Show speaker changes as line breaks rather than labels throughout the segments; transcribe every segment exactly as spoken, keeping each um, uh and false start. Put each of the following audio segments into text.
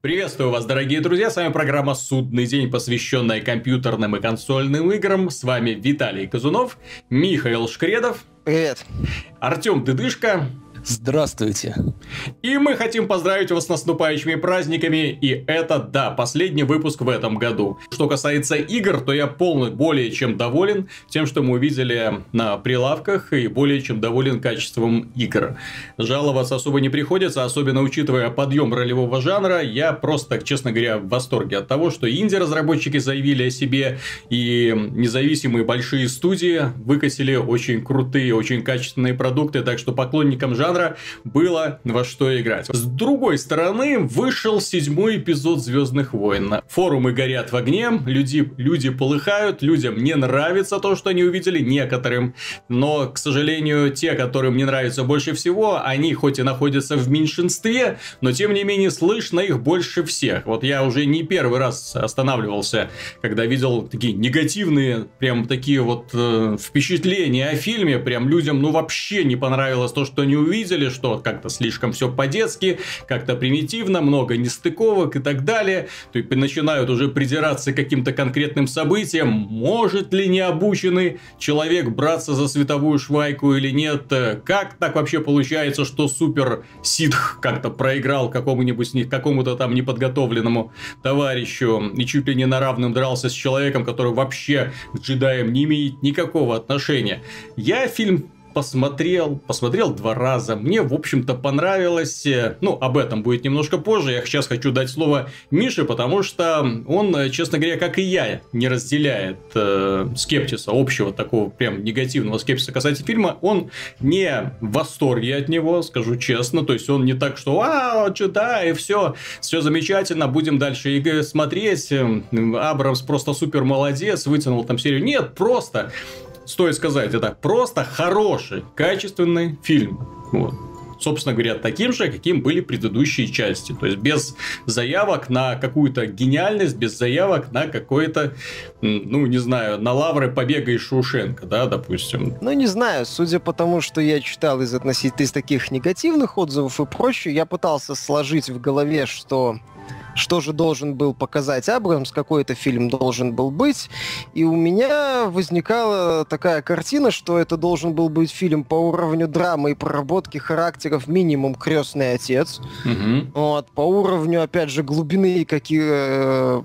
Приветствую вас, дорогие друзья, с вами программа «Судный день», посвященная компьютерным и консольным играм. С вами Виталий Казунов, Михаил Шкредов.
Привет.
Артем Дыдышко.
Здравствуйте.
И мы хотим поздравить вас с наступающими праздниками. И это, да, последний выпуск в этом году. Что касается игр, то я полностью более чем доволен тем, что мы увидели на прилавках, и более чем доволен качеством игр. Жаловаться особо не приходится, особенно учитывая подъем ролевого жанра. Я просто, честно говоря, в восторге от того, что инди-разработчики заявили о себе, и независимые большие студии выкатили очень крутые, очень качественные продукты. Так что поклонникам жанра было во что играть. С другой стороны, вышел седьмой эпизод «Звездных войн». Форумы горят в огне, люди, люди полыхают, людям не нравится то, что они увидели, некоторым. Но, к сожалению, те, которым не нравится больше всего, они хоть и находятся в меньшинстве, но тем не менее слышно их больше всех. Вот я уже не первый раз останавливался, когда видел такие негативные, прям такие вот э, впечатления о фильме. Прям людям ну вообще не понравилось то, что они увидели. Видели, что как-то слишком все по-детски, как-то примитивно, много нестыковок и так далее. То есть начинают уже придираться к каким-то конкретным событиям. Может ли необученный человек браться за световую швайку или нет? Как так вообще получается, что супер ситх как-то проиграл какому-нибудь какому-то там неподготовленному товарищу и чуть ли не на равном дрался с человеком, который вообще к джедаям не имеет никакого отношения. Я фильм Посмотрел, посмотрел два раза. Мне, в общем-то, понравилось. Ну, об этом будет немножко позже. Я сейчас хочу дать слово Мише, потому что он, честно говоря, как и я, не разделяет э, скепсиса, общего такого прям негативного скепсиса касательно фильма. Он не в восторге от него, скажу честно. То есть, он не так, что «А, что да, и все, все замечательно, будем дальше игры смотреть. Абрамс просто супер молодец, вытянул там серию». Нет, просто... Стоит сказать, это просто хороший, качественный фильм. Вот. Собственно говоря, таким же, каким были предыдущие части. То есть, без заявок на какую-то гениальность, без заявок на какое-то, ну, не знаю, на лавры побега из Шоушенка, да, допустим.
Ну, не знаю, судя по тому, что я читал из относительно из таких негативных отзывов и прочее, я пытался сложить в голове, что... Что же должен был показать Абрамс, какой-то фильм должен был быть. И у меня возникала такая картина, что это должен был быть фильм по уровню драмы и проработки характеров минимум «Крестный отец». Угу. Вот, по уровню, опять же, глубины каких, э,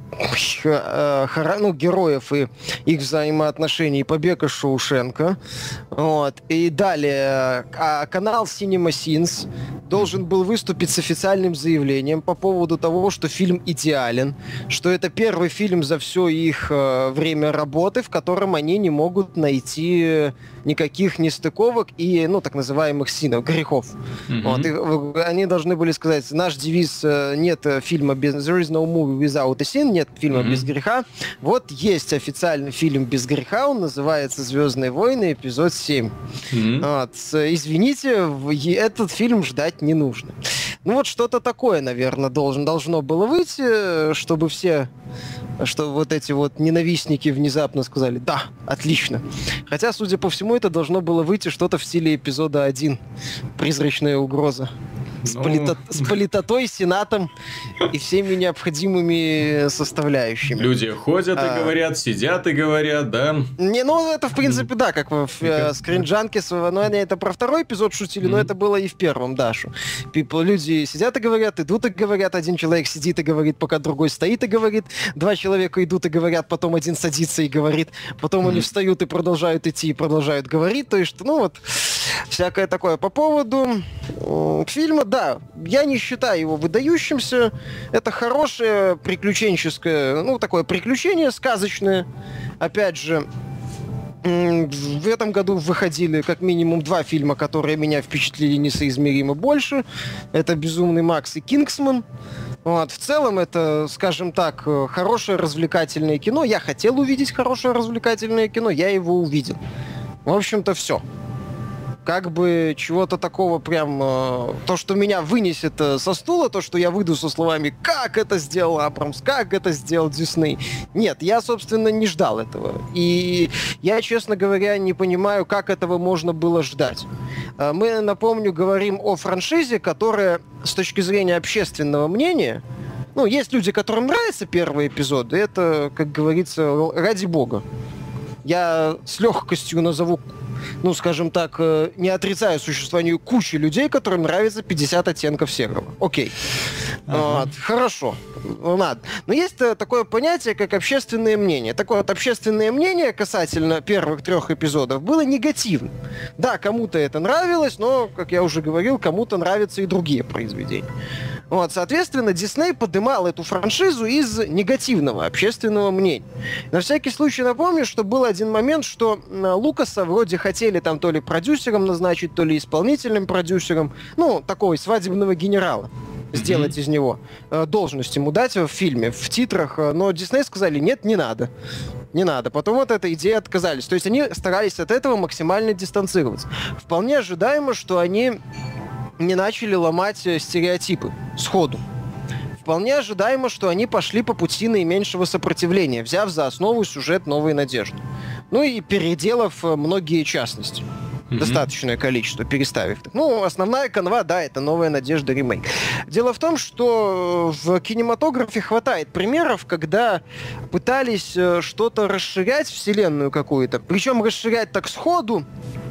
э, э, ну, героев и их взаимоотношений «Побег из Шоушенка». Вот. И далее а канал Cinema Sins должен был выступить с официальным заявлением по поводу того, что фильм идеален, что это первый фильм за все их э, время работы, в котором они не могут найти никаких нестыковок и, ну, так называемых синов, грехов. Mm-hmm. Вот, и, они должны были сказать, наш девиз э, нет фильма без... There is no movie without a sin, нет фильма mm-hmm. без греха. Вот есть официальный фильм без греха, он называется «Звездные войны», эпизод семь. Mm-hmm. Вот, извините, этот фильм ждать не нужно. Ну вот что-то такое, наверное, должен, должно было выйти, чтобы все, что вот эти вот ненавистники внезапно сказали «да, отлично». Хотя, судя по всему, это должно было выйти что-то в стиле эпизода один «Призрачная угроза». С, ну... полито... с политотой, сенатом и всеми необходимыми составляющими.
Люди ходят и а... говорят, сидят и говорят, да?
Не, ну это в принципе да, как в э, скринджанке, ну они это про второй эпизод шутили, mm-hmm. но это было и в первом, Дашу. People, люди сидят и говорят, идут и говорят, один человек сидит и говорит, пока другой стоит и говорит, два человека идут и говорят, потом один садится и говорит, потом mm-hmm. они встают и продолжают идти и продолжают говорить, то есть, ну вот, всякое такое. По поводу э, фильма, да, я не считаю его выдающимся. Это хорошее приключенческое, ну, такое приключение сказочное. Опять же, в этом году выходили как минимум два фильма, которые меня впечатлили несоизмеримо больше. Это «Безумный Макс» и «Кингсман». Вот. В целом это, скажем так, хорошее развлекательное кино. Я хотел увидеть хорошее развлекательное кино, я его увидел. В общем-то, все. Как бы чего-то такого прям... Э, то, что меня вынесет э, со стула, то, что я выйду со словами «Как это сделал Абрамс? Как это сделал Дисней?» Нет, я, собственно, не ждал этого. И я, честно говоря, не понимаю, как этого можно было ждать. Э, мы, напомню, говорим о франшизе, которая с точки зрения общественного мнения Ну, есть люди, которым нравятся первые эпизоды, это, как говорится, ради бога. Я с легкостью назову, ну, скажем так, не отрицаю существование кучи людей, которым нравится пятьдесят оттенков серого. Окей. Ага. Вот. Хорошо. Ну, надо. Но есть такое понятие, как общественное мнение. Такое вот общественное мнение касательно первых трех эпизодов было негативным. Да, кому-то это нравилось, но, как я уже говорил, кому-то нравятся и другие произведения. Вот, соответственно, Дисней подымал эту франшизу из негативного общественного мнения. На всякий случай напомню, что был один момент, что Лукаса вроде хотели там то ли продюсером назначить, то ли исполнительным продюсером, ну, такого свадебного генерала. Сделать mm-hmm. из него э, должность ему дать в фильме, в титрах, но Дисней сказали, нет, не надо. Не надо. Потом вот этой идеи отказались. То есть они старались от этого максимально дистанцироваться. Вполне ожидаемо, что они не начали ломать стереотипы сходу. Вполне ожидаемо, что они пошли по пути наименьшего сопротивления, взяв за основу сюжет «Новой надежды». Ну и переделав многие частности. Mm-hmm. Достаточное количество, переставив. Ну, основная канва, да, это «Новая надежда» ремейк. Дело в том, что в кинематографе хватает примеров, когда пытались что-то расширять, вселенную какую-то, причем расширять так сходу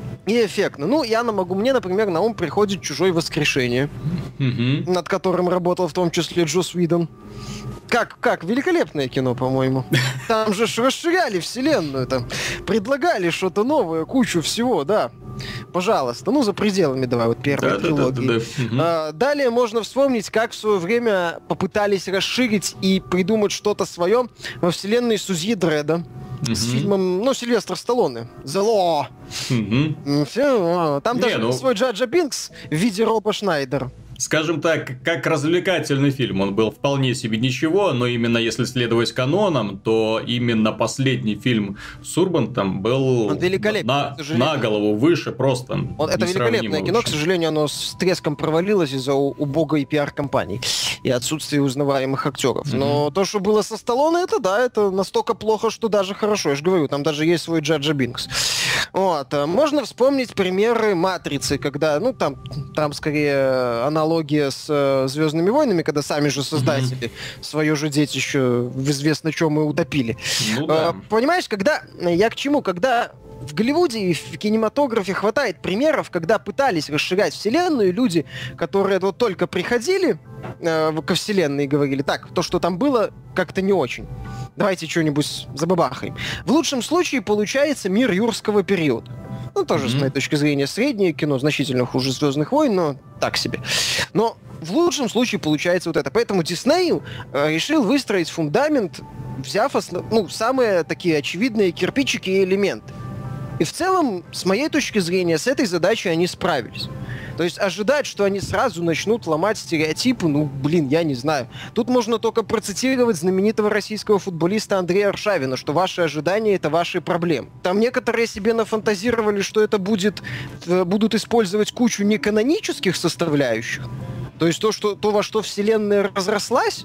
и эффектно. Ну, я могу, мне, например, на ум приходит «Чужое воскрешение», mm-hmm. над которым работал в том числе Джосс Уидон. Как, как, великолепное кино, по-моему. Там же расширяли вселенную, там предлагали что-то новое, кучу всего, да. Пожалуйста, ну за пределами давай, вот первой да, трилогии. Да, да, да, да. А, далее можно вспомнить, как в свое время попытались расширить и придумать что-то свое во вселенной Судьи Дредда. Mm-hmm. С фильмом, ну, Сильвестр Сталлоне. The Law. Mm-hmm. Все, там Не, даже ну... свой Джаджа Бинкс в виде Роба Шнайдера.
Скажем так, как развлекательный фильм, он был вполне себе ничего, но именно если следовать канонам, то именно последний фильм с Урбантом был на, на голову выше просто.
Он, это великолепное кино, к сожалению, оно с треском провалилось из-за убогой пиар-компании и отсутствия узнаваемых актеров. Mm-hmm. Но то, что было со Сталлоне, это да, это настолько плохо, что даже хорошо. Я же говорю, там даже есть свой Джаджа Бинкс. Вот. Можно вспомнить примеры «Матрицы», когда, ну, там, там скорее аналогия с э, «Звездными войнами», когда сами же создатели mm-hmm. свое же детище в известно чем и утопили. Ну, да. э, понимаешь, когда... Я к чему? Когда в Голливуде и в кинематографе хватает примеров, когда пытались расширять вселенную, люди, которые вот только приходили э, ко вселенной и говорили, так, то, что там было, как-то не очень. Давайте что-нибудь забабахаем. В лучшем случае получается мир юрского периода. Ну, тоже, mm-hmm. с моей точки зрения, среднее кино, значительно хуже «Звездных войн», но так себе. Но в лучшем случае получается вот это. Поэтому Дисней э, решил выстроить фундамент, взяв основ... ну, самые такие очевидные кирпичики и элементы. И в целом, с моей точки зрения, с этой задачей они справились. То есть ожидать, что они сразу начнут ломать стереотипы, ну, блин, я не знаю. Тут можно только процитировать знаменитого российского футболиста Андрея Аршавина, что ваши ожидания — это ваши проблемы. Там некоторые себе нафантазировали, что это будет, будут использовать кучу неканонических составляющих. То есть то, что, то во что вселенная разрослась,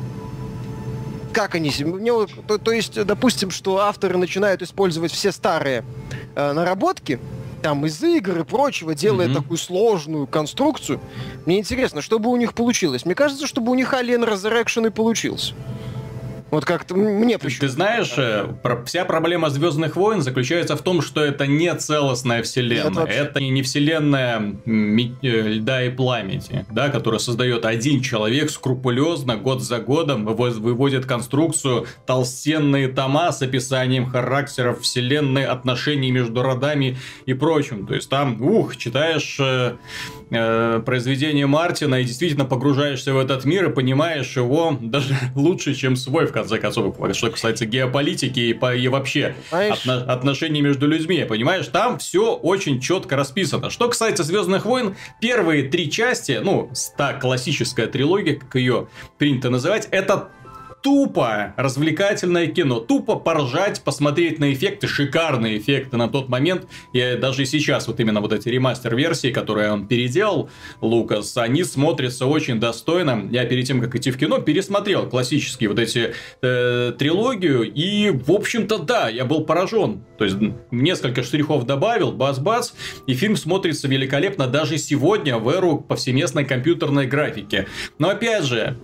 как они себе... То, то есть, допустим, что авторы начинают использовать все старые э, наработки, там, из игр и прочего, делая mm-hmm. такую сложную конструкцию. Мне интересно, что бы у них получилось. Мне кажется, чтобы у них Alien Resurrection и получился. Вот как-то мне почему-то.
Ты знаешь, вся проблема «Звездных войн» заключается в том, что это не целостная вселенная. Это, это не вселенная льда и пламени, да, которая создает один человек скрупулезно, год за годом, выводит конструкцию, толстенные тома с описанием характеров вселенной, отношений между родами и прочим. То есть там, ух, читаешь э, э, произведение Мартина и действительно погружаешься в этот мир и понимаешь его даже лучше, чем свой, в конце концов, что касается геополитики и, по, и вообще отно, отношений между людьми, понимаешь, там все очень четко расписано. Что касается «Звездных войн», первые три части, ну, та классическая трилогия, как ее принято называть, это тупо развлекательное кино. Тупо поржать, посмотреть на эффекты, шикарные эффекты на тот момент. И даже сейчас вот именно вот эти ремастер-версии, которые он переделал, Лукас, они смотрятся очень достойно. Я перед тем, как идти в кино, пересмотрел классические вот эти э, трилогию. И, в общем-то, да, я был поражен. То есть, несколько штрихов добавил, бац-бац, и фильм смотрится великолепно даже сегодня в эру повсеместной компьютерной графики. Но, опять же,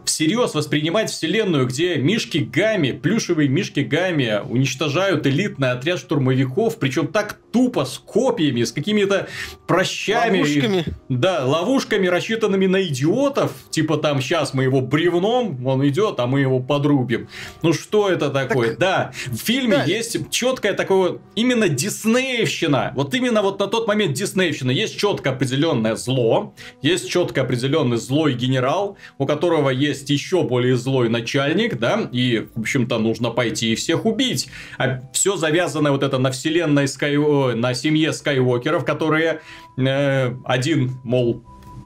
всерьез воспринимать вселенную, где мишки Гамми, плюшевые мишки Гамми уничтожают элитный отряд штурмовиков, причем так тупо, с копьями, с какими-то прощами.
Ловушками.
Да, ловушками, рассчитанными на идиотов. Типа там, сейчас мы его бревном, он идет, а мы его подрубим. Ну что это такое? Так... Да, в фильме да. есть четкое такое, именно диснеевщина. Вот именно вот на тот момент диснеевщина. Есть четко определенное зло, есть четко определенный злой генерал, у которого есть еще более злой начальник, да, и, в общем-то, нужно пойти и всех убить. А все завязано вот это на вселенной Скай... на семье Скайуокеров, которые э, один, мол,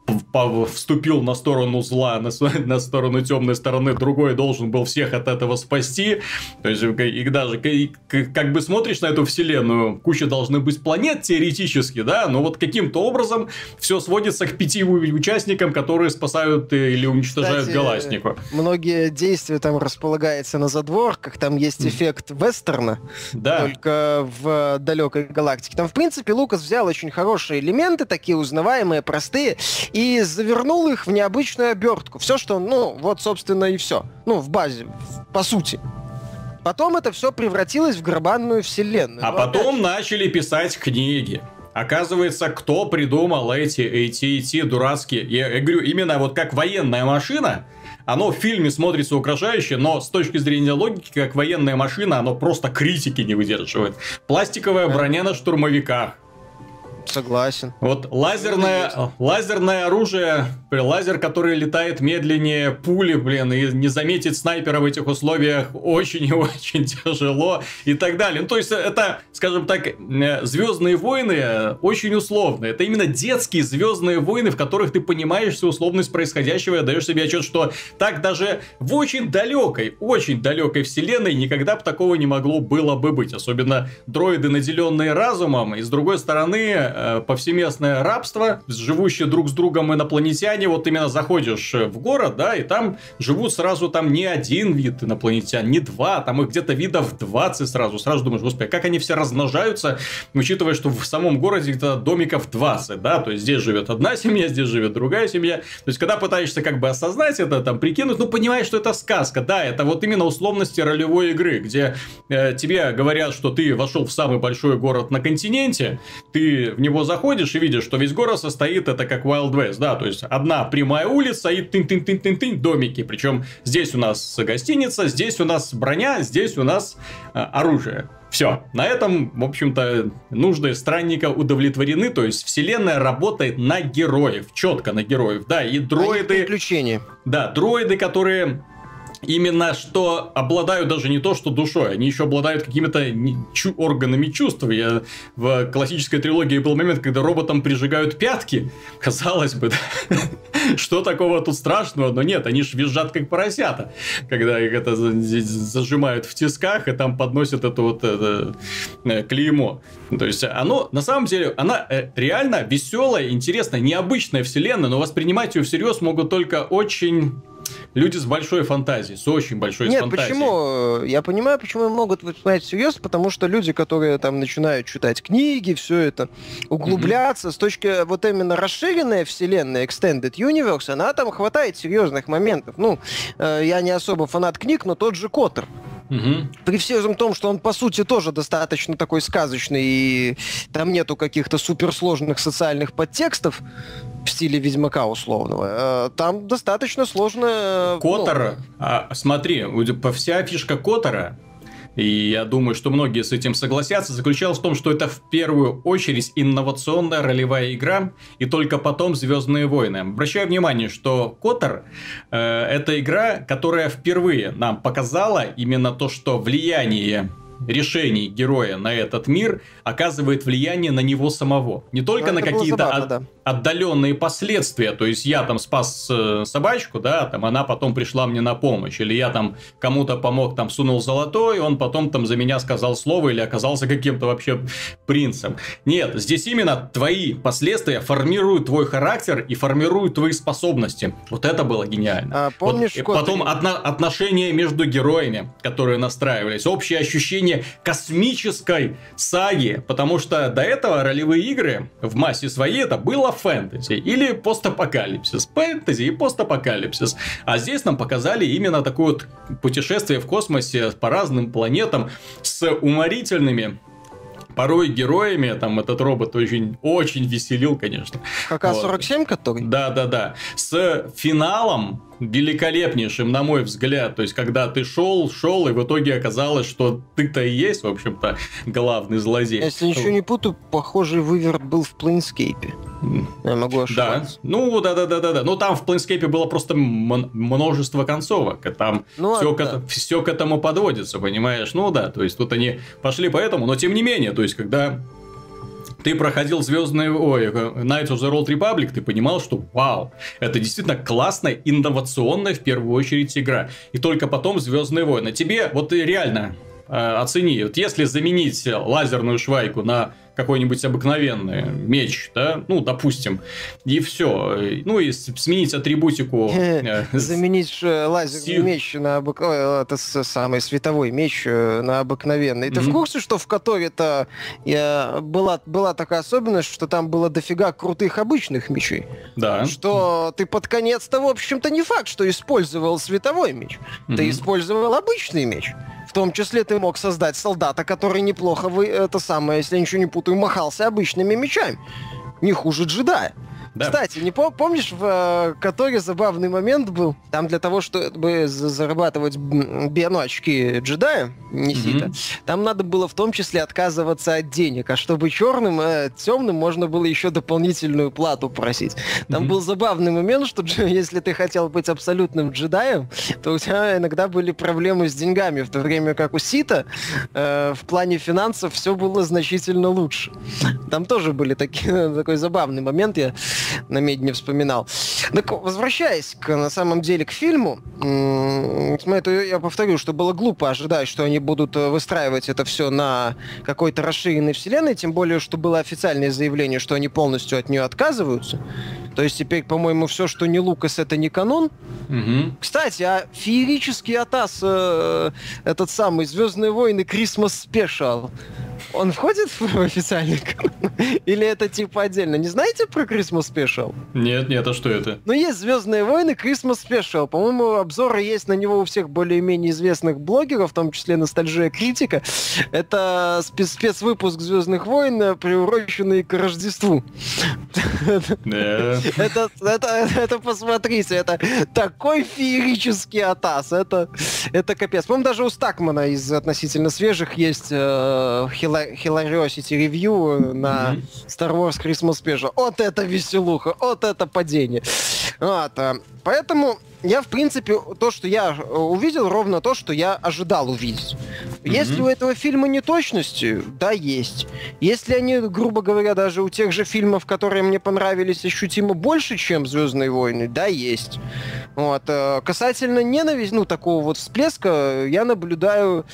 вступил на сторону зла, на, на сторону темной стороны, другой должен был всех от этого спасти. То есть, и даже как бы смотришь на эту вселенную, куча должны быть планет теоретически, да, но вот каким-то образом все сводится к пяти участникам, которые спасают или уничтожают Кстати, галактику.
Многие действия там располагаются на задворках, там есть эффект вестерна,
да.
только в далекой галактике. Там, в принципе, Лукас взял очень хорошие элементы, такие узнаваемые, простые, и завернул их в необычную обертку. Все, что, ну, вот, собственно, и все. Ну, в базе, по сути. Потом это все превратилось в гробанную вселенную.
А
Но
потом
опять...
начали писать книги. Оказывается, кто придумал эти эй ти эй ти дурацкие... Я, я говорю, именно вот как военная машина, оно в фильме смотрится угрожающе, но с точки зрения логики, как военная машина, оно просто критики не выдерживает. Пластиковая броня на штурмовиках.
Согласен.
Вот лазерное, лазерное оружие, лазер, который летает медленнее пули, блин, и не заметить снайпера в этих условиях очень и очень тяжело и так далее. Ну, то есть, это, скажем так, Звездные войны очень условные. Это именно детские Звездные войны, в которых ты понимаешь всю условность происходящего и даешь себе отчет, что так даже в очень далекой, очень далекой вселенной никогда бы такого не могло было бы быть. Особенно дроиды, наделенные разумом, и с другой стороны... повсеместное рабство, живущие друг с другом инопланетяне, вот именно заходишь в город, да, и там живут сразу там не один вид инопланетян, не два, там их где-то видов двадцать сразу, сразу думаешь, господи, как они все размножаются, учитывая, что в самом городе где-то домиков двадцать, да, то есть здесь живет одна семья, здесь живет другая семья, то есть когда пытаешься как бы осознать это, там, прикинуть, ну, понимаешь, что это сказка, да, это вот именно условности ролевой игры, где э, тебе говорят, что ты вошел в самый большой город на континенте, ты в него заходишь и видишь, что весь город состоит, это как Wild West, да, то есть одна прямая улица и тын-тын-тын-тын-тын домики, причем здесь у нас гостиница, здесь у нас броня, здесь у нас э, оружие. Все, на этом, в общем-то, нужды странника удовлетворены, то есть вселенная работает на героев, четко на героев, да, и дроиды...
Приключения.
Да, дроиды, которые... Именно что обладают даже не то, что душой, они еще обладают какими-то чу- органами чувств. Я в классической трилогии был момент, когда роботам прижигают пятки. Казалось бы, да? Что такого тут страшного? Но нет, они ж визжат как поросята, когда их это зажимают в тисках и там подносят это вот это, клеймо. То есть оно, на самом деле, она реально веселая, интересная, необычная вселенная, но воспринимать ее всерьез могут только очень... Люди с большой фантазией, с очень большой
Нет,
фантазией.
Нет, почему? Я понимаю, почему могут воспринимать всерьез, потому что люди, которые там начинают читать книги, все это, углубляться, mm-hmm. с точки вот именно расширенная вселенная, Extended Universe, она там хватает серьезных моментов. Ну, э, я не особо фанат книг, но тот же Коттер.
Угу.
При всем том, что он, по сути, тоже достаточно такой сказочный, и там нету каких-то суперсложных социальных подтекстов в стиле Ведьмака условного. Там достаточно сложно...
Коттер,
ну...
а, смотри, вся фишка Коттера, и я думаю, что многие с этим согласятся, заключалась в том, что это в первую очередь инновационная ролевая игра, и только потом Звездные войны. Обращаю внимание, что Коттер э, это игра, которая впервые нам показала именно то, что влияние решений героя на этот мир оказывает влияние на него самого. Не только на какие-то забавно, от, да. отдаленные последствия. То есть я там спас э, собачку, да, там она потом пришла мне на помощь. Или я там кому-то помог, там сунул золотой, он потом там за меня сказал слово или оказался каким-то вообще принцем. Нет, здесь именно твои последствия формируют твой характер и формируют твои способности. Вот это было гениально.
А, помнишь,
вот, потом отно- отношения между героями, которые настраивались, общее ощущение космической саги, потому что до этого ролевые игры в массе своей это было фэнтези или постапокалипсис. Фэнтези и постапокалипсис. А здесь нам показали именно такое вот путешествие в космосе по разным планетам с уморительными порой героями. Там этот робот очень, очень веселил, конечно.
Как А сорок семь, вот. Который?
Да-да-да. С финалом великолепнейшим, на мой взгляд. То есть, когда ты шел, шел, и в итоге оказалось, что ты-то и есть, в общем-то, главный злодей.
Если ничего не путаю, похожий выверт был в Planescape. Я могу ошибаться.
Да. Ну, да-да-да-да. Но там в Planescape было просто м- множество концовок. Там ну, все, да. к, все к этому подводится, понимаешь? Ну да, то есть, тут они пошли по этому, но тем не менее, то есть, когда ты проходил Звездные... Ой, Knights of the Old Republic, ты понимал, что вау, это действительно классная, инновационная в первую очередь игра. И только потом Звездные войны. Тебе вот реально э, оцени, вот если заменить лазерную швайку на какой-нибудь обыкновенный меч, да, ну, допустим, и все. Ну, и сменить атрибутику...
Заменить лазерный меч на обыкновенный, это самый световой меч на обыкновенный. Ты в курсе, что в Которе-то была, была такая особенность, что там было дофига крутых обычных мечей?
Да.
Что ты под конец-то, в общем-то, не факт, что использовал световой меч. Ты использовал обычный меч. В том числе ты мог создать солдата, который неплохо, вы, это самое, если я ничего не путаю, махался обычными мечами. Не хуже джедая. Да. Кстати, не пом- помнишь, в Которе забавный момент был? Там для того, чтобы зарабатывать ну, очки джедая, не сито, mm-hmm. там надо было в том числе отказываться от денег, а чтобы черным, э, темным можно было еще дополнительную плату просить. Там mm-hmm. был забавный момент, что если ты хотел быть абсолютным джедаем, то у тебя иногда были проблемы с деньгами, в то время как у сита э, в плане финансов все было значительно лучше. Там тоже были такие, такой забавный момент, я на медне вспоминал. Так, возвращаясь к, на самом деле к фильму, смотри, я повторю, что было глупо ожидать, что они будут выстраивать это все на какой-то расширенной вселенной, тем более, что было официальное заявление, что они полностью от нее отказываются. То есть теперь, по-моему, все, что не Лукас, это не канон.
Угу.
Кстати, а феерический атас, э, этот самый «Звездные войны» Christmas Special, он входит в официальный канон? Или это типа отдельно? Не знаете про Christmas Special?
Нет, нет, а что это?
Ну, есть «Звездные войны» Christmas Special. По-моему, обзоры есть на него у всех более-менее известных блогеров, в том числе «Ностальжия Критика». Это спец- спецвыпуск «Звездных войн», приуроченный к Рождеству. Это, это, это, посмотрите, это такой феерический атас, это, это капец. По-моему, даже у Стакмана из относительно свежих есть э, Hilarity Review на Star Wars Christmas Special. Вот это веселуха, вот это падение. Вот, поэтому я, в принципе, то, что я увидел, ровно то, что я ожидал увидеть. Mm-hmm. Есть ли у этого фильма неточности? Да, есть. Если они, грубо говоря, даже у тех же фильмов, которые мне понравились, ощутимо больше, чем «Звездные войны», да, есть. Вот. Касательно ненависти, ну, такого вот всплеска, я наблюдаю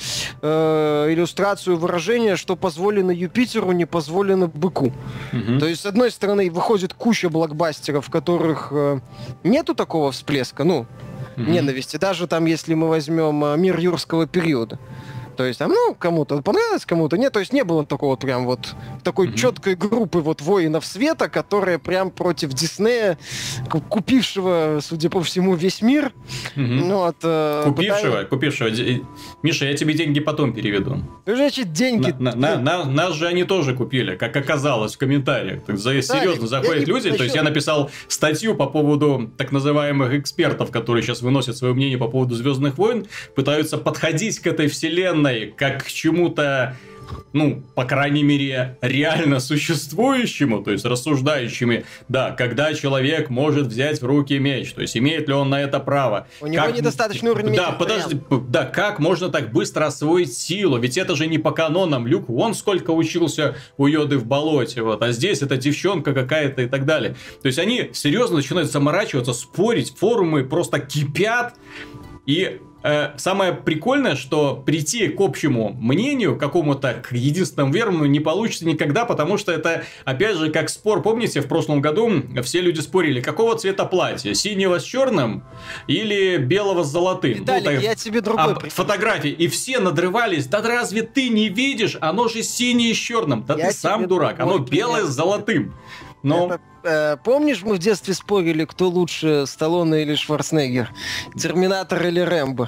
э, иллюстрацию выражения, что позволено Юпитеру, не позволено быку. Mm-hmm. То есть, с одной стороны, выходит куча блокбастеров, в которых э, нету такого всплеска, ну, mm-hmm. ненависти. Даже там, если мы возьмем «Мир юрского периода». То есть, там, ну, кому-то понравилось, кому-то нет. То есть, не было такого прям вот такой mm-hmm. четкой группы вот воинов света, которая прям против Диснея, купившего, судя по всему, весь мир.
Mm-hmm. Ну, вот, э, купившего, пытаясь... купившего. Миша, я тебе деньги потом переведу.
Значит, деньги...
На, на, на, нас же они тоже купили, как оказалось в комментариях. Так, за, серьезно, да, заходят люди. Насчет... То есть, я написал статью по поводу так называемых экспертов, которые сейчас выносят свое мнение по поводу «Звездных войн», пытаются подходить к этой вселенной как к чему-то, ну, по крайней мере, реально существующему, то есть рассуждающими, да, когда человек может взять в руки меч, то есть имеет ли он на это право.
У него
как...
недостаточный уровень.
Да, подожди, да, как можно так быстро освоить силу, ведь это же не по канонам, Люк, вон сколько учился у Йоды в болоте, вот, а здесь это девчонка какая-то и так далее. То есть они серьезно начинают заморачиваться, спорить, форумы просто кипят, и... Самое прикольное, что прийти к общему мнению, какому-то к единственному верному не получится никогда, потому что это, опять же, как спор, помните, в прошлом году все люди спорили, какого цвета платье, синего с черным или белого с золотым.
Виталик, ну, так, я тебе другой
а, фотографии, и все надрывались, да разве ты не видишь, оно же синее с черным, да я ты сам дурак, оно белое с золотым. Но...
Это... э, помнишь, мы в детстве спорили, кто лучше, Сталлоне или Шварценеггер? Терминатор или Рэмбо?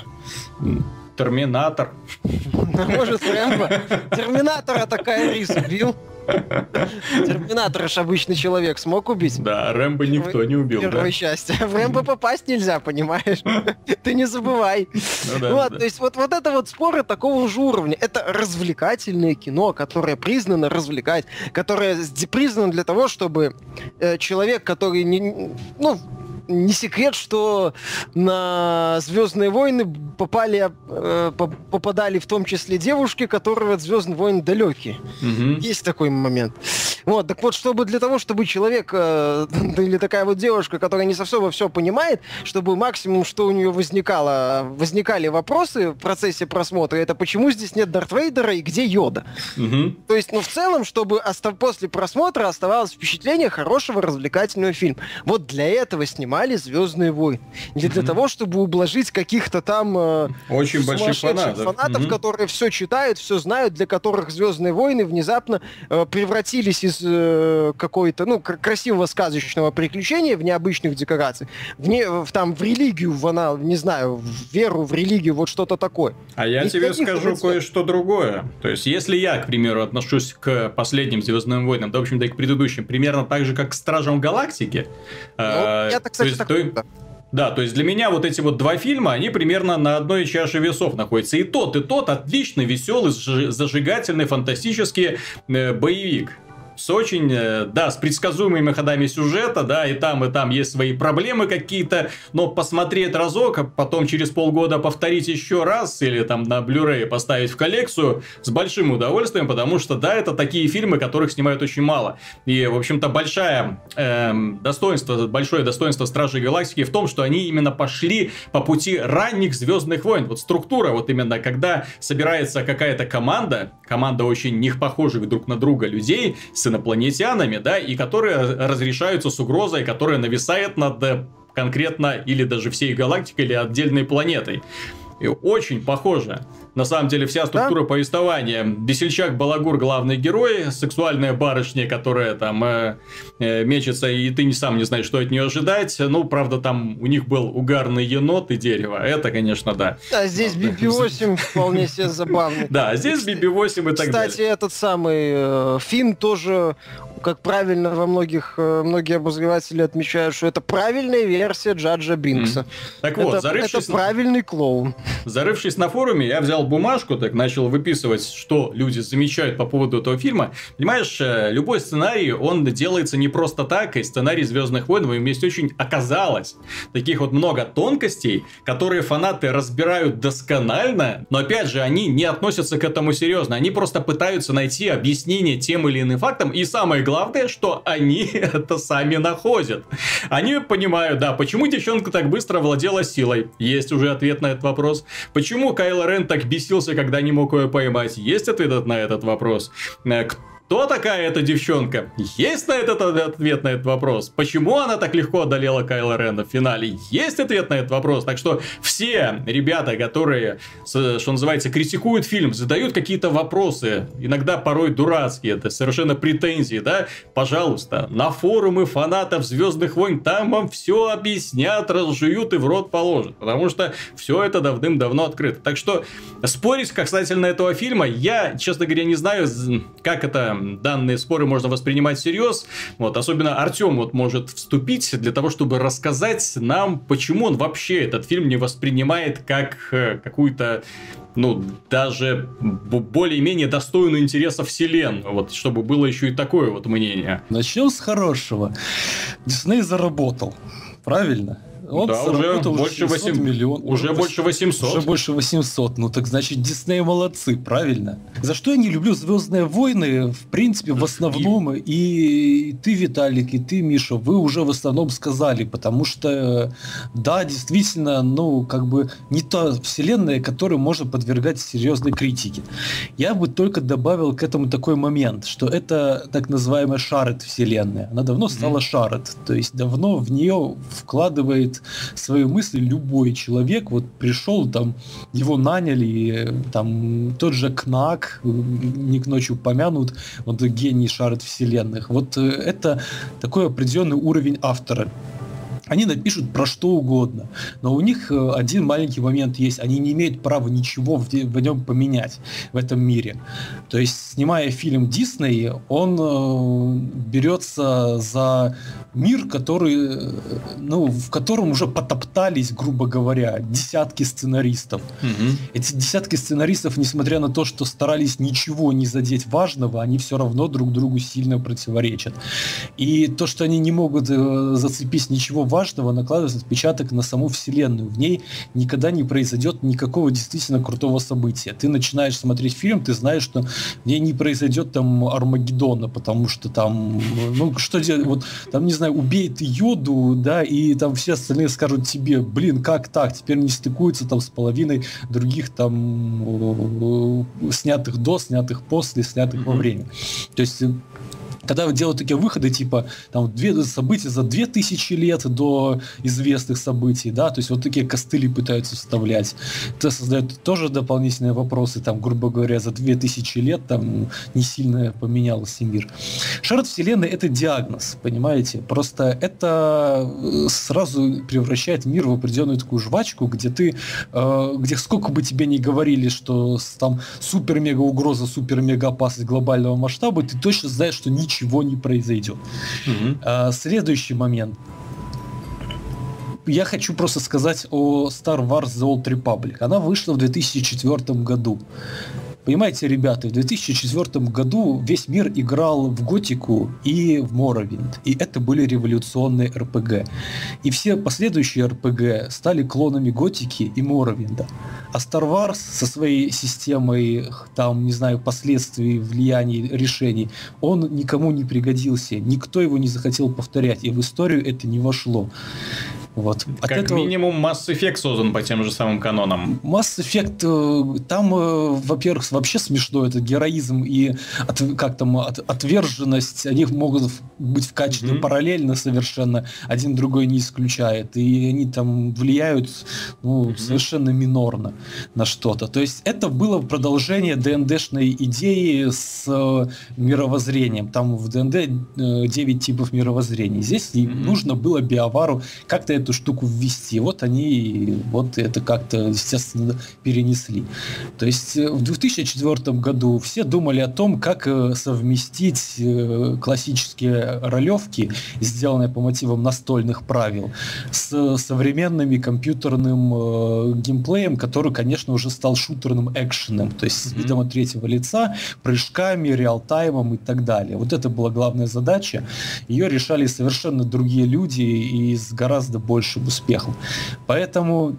Терминатор.
Может, Рэмбо? Терминатора такая Рис убил. Терминатора ж обычный человек смог убить?
Да, Рэмбо никто не убил, да?
Первое счастье. В Рэмбо попасть нельзя, понимаешь? Ты не забывай.
Ну, да,
вот,
да.
То есть вот, вот это вот споры такого же уровня. Это развлекательное кино, которое признано развлекать, которое признано для того, чтобы э, человек, который не... Ну, не секрет, что на «Звездные войны» попали, э, попадали в том числе девушки, которые от «Звездных войн» далекие.
Угу.
Есть такой момент. Вот, так вот, чтобы для того, чтобы человек э, или такая вот девушка, которая не совсем во все понимает, чтобы максимум, что у нее возникало, возникали вопросы в процессе просмотра, это почему здесь нет Дарт Вейдера и где Йода?
Угу.
То есть, ну, в целом, чтобы оста- после просмотра оставалось впечатление хорошего развлекательного фильма. Вот для этого снимали «Звездные войны». Не для
Мгм.
того, чтобы ублажить каких-то там э,
Очень больших
сумасшедших
фанатов.
фанатов,
Мгм.
которые все читают, все знают, для которых «Звездные войны» внезапно э, превратились из э, какой-то, ну, к- красивого сказочного приключения в необычных декорациях, в, не, в, там, в религию, в, она, не знаю, в веру, в религию, вот что-то такое.
А я тебе
Никаких
скажу
эмоций.
кое-что другое. То есть, если я, к примеру, отношусь к последним «Звездным войнам», да, в общем-то, и к предыдущим, примерно так же, как к «Стражам Галактики»,
Ну,
э,
я-то, кстати,
то есть,
так...
то-
да.
Да, то есть для меня вот эти вот два фильма, они примерно на одной чаше весов находятся. И тот, и тот отличный, веселый, зажи- зажигательный, фантастический э, боевик. С очень, э, да, с предсказуемыми ходами сюжета, да, и там, и там есть свои проблемы какие-то, но посмотреть разок, а потом через полгода повторить еще раз, или там на Blu-ray поставить в коллекцию, с большим удовольствием, потому что, да, это такие фильмы, которых снимают очень мало. И, в общем-то, большое эм, достоинство, большое достоинство «Стражей Галактики» в том, что они именно пошли по пути ранних «Звездных войн». Вот структура, вот именно, когда собирается какая-то команда, команда очень не похожих друг на друга людей, с инопланетянами, да, и которые разрешаются с угрозой, которая нависает над э, конкретно или даже всей галактикой, или отдельной планетой. И очень похоже. На самом деле вся структура
Да?
повествования. Весельчак Балагур главный герой, сексуальная барышня, которая там э, э, мечется, и ты не сам не знаешь, что от нее ожидать. Ну, правда, там у них был угарный енот и дерево. Это, конечно, да.
А здесь би би восемь вполне себе забавный.
Да, а здесь би би восемь и так далее.
Кстати, этот самый э, Финн тоже, как правильно во многих, э, многие обозреватели отмечают, что это правильная версия Джаджа Бинкса.
Мгм. Так вот,
это,
зарывшись,
это правильный клоун.
зарывшись на форуме, я взял бумажку, так начал выписывать, что люди замечают по поводу этого фильма. Понимаешь, э, любой сценарий, он делается не просто так, и сценарий «Звездных войн» в моем месте очень оказалось. Таких вот много тонкостей, которые фанаты разбирают досконально, но опять же, они не относятся к этому серьезно. Они просто пытаются найти объяснение тем или иным фактам, и самое главное, что они это сами находят. Они понимают, да, почему девчонка так быстро владела силой. Есть уже ответ на этот вопрос. Почему Кайло Рен так бесился, когда не мог ее поймать? Есть ответ на этот вопрос. Э, Кто такая эта девчонка? Есть на этот ответ на этот вопрос. Почему она так легко одолела Кайло Рена в финале? Есть ответ на этот вопрос. Так что все ребята, которые, с- что называется, критикуют фильм, задают какие-то вопросы, иногда порой дурацкие, это совершенно претензии, да? Пожалуйста, на форумы фанатов «Звездных войн», там вам все объяснят, разжуют и в рот положат. Потому что все это давным-давно открыто. Так что спорить касательно этого фильма, я, честно говоря, не знаю, з- как это данные споры можно воспринимать всерьез. Вот, особенно Артем вот может вступить для того, чтобы рассказать нам, почему он вообще этот фильм не воспринимает как э, какую-то, ну, даже б- более-менее достойную интереса вселенную. Вот, чтобы было еще и такое вот мнение.
Начнем с хорошего. Дисней заработал. Правильно? Он
Да, уже
заработал
больше
семьсот
восемь-
миллионов.
уже больше восемьсот.
Уже больше восемьсот. Ну так значит, Дисней молодцы, правильно? За что я не люблю «Звездные войны», в принципе, в основном, и ты, Виталик, и ты, Миша, вы уже в основном сказали, потому что, да, действительно, ну, как бы не та вселенная, которую можно подвергать серьезной критике. Я бы только добавил к этому такой момент, что это так называемая Шаред вселенная. Она давно стала Шаред, то есть давно в нее вкладывает высказывает свои мысли любой человек. Вот пришел, там, его наняли, там, тот же Кнак, Ник ночью упомянут, вот гений шарит вселенных. Вот это такой определенный уровень автора. Они напишут про что угодно, но у них один маленький момент есть. Они не имеют права ничего в, в нем поменять в этом мире. То есть, снимая фильм Дисней, он э, берется за мир, который, ну, в котором уже потоптались, грубо говоря, десятки сценаристов. Mm-hmm. Эти десятки сценаристов, несмотря на то, что старались ничего не задеть важного, они все равно друг другу сильно противоречат. И то, что они не могут э, зацепить ничего важного, накладывает отпечаток на саму вселенную. В ней никогда не произойдет никакого действительно крутого события. Ты начинаешь смотреть фильм, ты знаешь, что в ней не произойдет там Армагеддона, потому что там, ну, что делать, вот, там, не знаю, убей ты Йоду, да, и там все остальные скажут тебе, блин, как так, теперь не стыкуется там с половиной других там снятых до, снятых после, снятых mm-hmm. во время. То есть когда делают такие выходы, типа, там, две события за две тысячи лет до известных событий, да, то есть вот такие костыли пытаются вставлять. Это создает тоже дополнительные вопросы, там, грубо говоря, за две тысячи лет там не сильно поменялся мир. Шар от вселенной — это диагноз, понимаете? Просто это сразу превращает мир в определенную такую жвачку, где ты, э, где сколько бы тебе ни говорили, что там супер-мега угроза, супер-мега опасность глобального масштаба, ты точно знаешь, что ничего Ничего не произойдет. Mm-hmm. А, следующий момент. Я хочу просто сказать о Star Wars The Old Republic. Она вышла в две тысячи четвёртом году. Понимаете, ребята, в две тысячи четвёртом году весь мир играл в Готику и в Моровинд. И это были революционные эр пи джи. И все последующие эр пи джи стали клонами Готики и Моровинда. А Star Wars со своей системой, там, не знаю, последствий, влияний, решений, он никому не пригодился. Никто его не захотел повторять. И в историю это не вошло. Вот.
Как этого... минимум Mass Effect создан по тем же самым канонам.
Mass Effect, там, во-первых, вообще смешно, это героизм и от, как там, от, отверженность, они могут быть в качестве mm-hmm. параллельно совершенно, один другой не исключает, и они там влияют, ну, mm-hmm. совершенно минорно на что-то. То есть это было продолжение ди энд ди-шной идеи с э, мировоззрением. Там в ди энд ди девять типов мировоззрений. Здесь mm-hmm. нужно было биовару как-то эту штуку ввести. Вот они вот это как-то, естественно, перенесли. То есть в две тысячи четвёртом году все думали о том, как совместить классические ролевки, сделанные по мотивам настольных правил, с современными компьютерным геймплеем, который, конечно, уже стал шутерным экшеном, то есть с видом от третьего лица, прыжками, реалтаймом и так далее. Вот это была главная задача. Ее решали совершенно другие люди и с гораздо большим успехом. Поэтому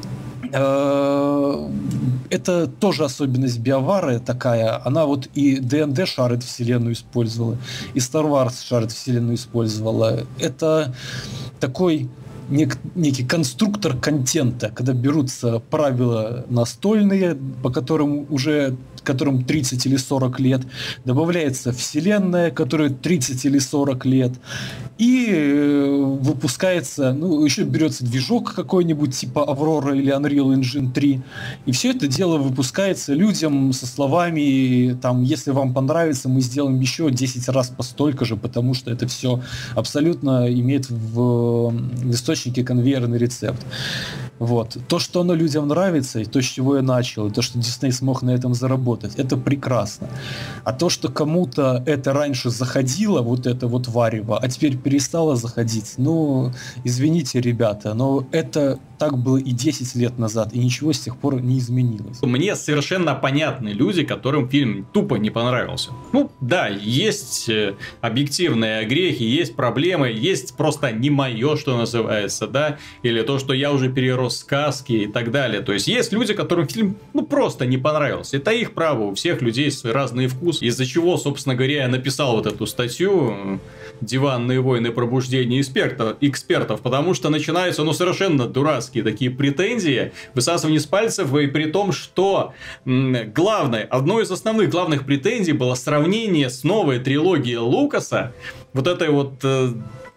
э, это тоже особенность биовары такая. Она вот и ди энд ди шарит вселенную использовала, и Star Wars шарит вселенную использовала. Это такой нек- некий конструктор контента, когда берутся правила настольные, по которым уже которым тридцать или сорок лет, добавляется вселенная, которой тридцать или сорок лет, и э, выпускается, ну, еще берется движок какой-нибудь типа Aurora или Unreal Engine три, и все это дело выпускается людям со словами, там, если вам понравится, мы сделаем еще десять раз по столько же, потому что это все абсолютно имеет в, в источнике конвейерный рецепт. Вот. То, что оно людям нравится, и то, с чего я начал, и то, что Дисней смог на этом заработать, это прекрасно. А то, что кому-то это раньше заходило, вот это вот варево, а теперь перестало заходить, ну, извините, ребята, но это так было и десять лет назад, и ничего с тех пор не изменилось.
Мне совершенно понятны люди, которым фильм тупо не понравился. Ну, да, есть объективные грехи, есть проблемы, есть просто не мое, что называется, да, или то, что я уже перерос сказки и так далее. То есть есть люди, которым фильм, ну, просто не понравился. Это их право, у всех людей свои разные вкусы. Из-за чего, собственно говоря, я написал вот эту статью «Диванные войны пробуждения экспертов», экспертов, потому что начинаются, ну, совершенно дурацкие такие претензии, высасывание с пальцев, и при том, что м- главное, одной из основных главных претензий было сравнение с новой трилогией Лукаса, вот этой вот... Э-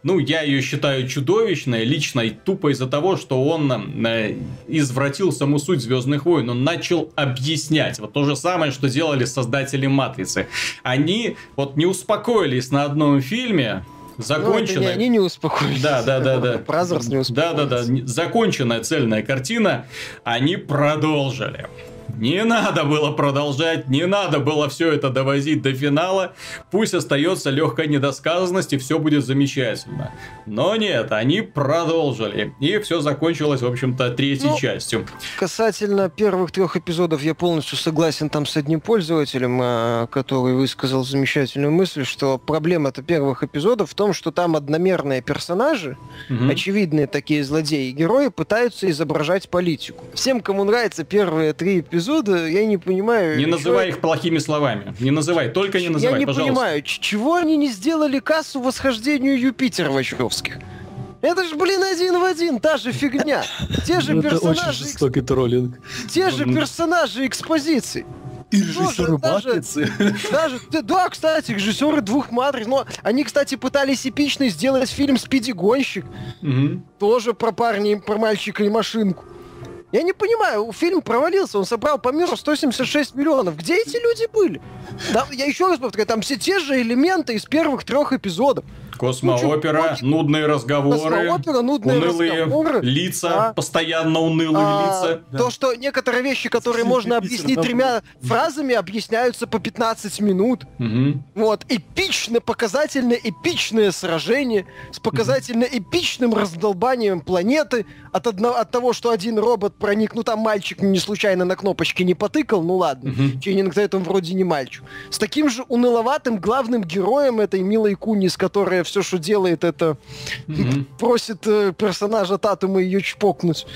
ну, я ее считаю чудовищной, лично и тупо из-за того, что он э, извратил саму суть Звездных войн. Он начал объяснять. Вот то же самое, что делали создатели Матрицы. Они вот не успокоились на одном фильме, законченная...
Ну, не, они не успокоились.
Да, да, да, да.
Бразерс не успокоились.
Да, да, да. Законченная цельная картина. Они продолжили. Не надо было продолжать, не надо было все это довозить до финала. Пусть остается легкая недосказанность, и все будет замечательно. Но нет, они продолжили. И все закончилось, в общем-то, третьей ну, частью.
Касательно первых трех эпизодов, я полностью согласен там с одним пользователем, который высказал замечательную мысль, что проблема-то первых эпизодов в том, что там одномерные персонажи, угу. очевидные такие злодеи и герои, пытаются изображать политику. Всем, кому нравятся первые три эпизода, я не понимаю...
Не называй их плохими словами. Не называй, только не называй,
я не
пожалуйста.
понимаю, чего они не сделали кассу восхождению Юпитера Вачовских? Это ж, блин, один в один, та же фигня. Те же персонажи...
Это очень жестокий троллинг.
Те же персонажи экспозиции.
И режиссеры матрицы.
Даже, да, кстати, режиссеры двух матриц. Но они, кстати, пытались эпично сделать фильм «Спиди-гонщик». Угу. Тоже про парня, про мальчика и машинку. Я не понимаю, фильм провалился, он собрал по миру сто семьдесят шесть миллионов. Где эти люди были? Да, я еще раз повторяю, там все те же элементы из первых трех эпизодов.
Космоопера, ну, нудные разговоры,
Космоопера, нудные
унылые
разговоры.
лица,
да.
постоянно унылые а, лица.
То, да. что некоторые вещи, которые Все можно объяснить тремя фразами, объясняются по пятнадцать минут.
Угу.
Вот, эпично, показательно эпичное сражение с показательно эпичным раздолбанием планеты от, одно, от того, что один робот проник, ну там мальчик не случайно на кнопочки не потыкал, ну ладно, угу. Ченнинг Тейтум вроде не мальчик. С таким же уныловатым главным героем этой милой Кунис, которая все, что делает, это mm-hmm. просит э, персонажа Татума ее чпокнуть.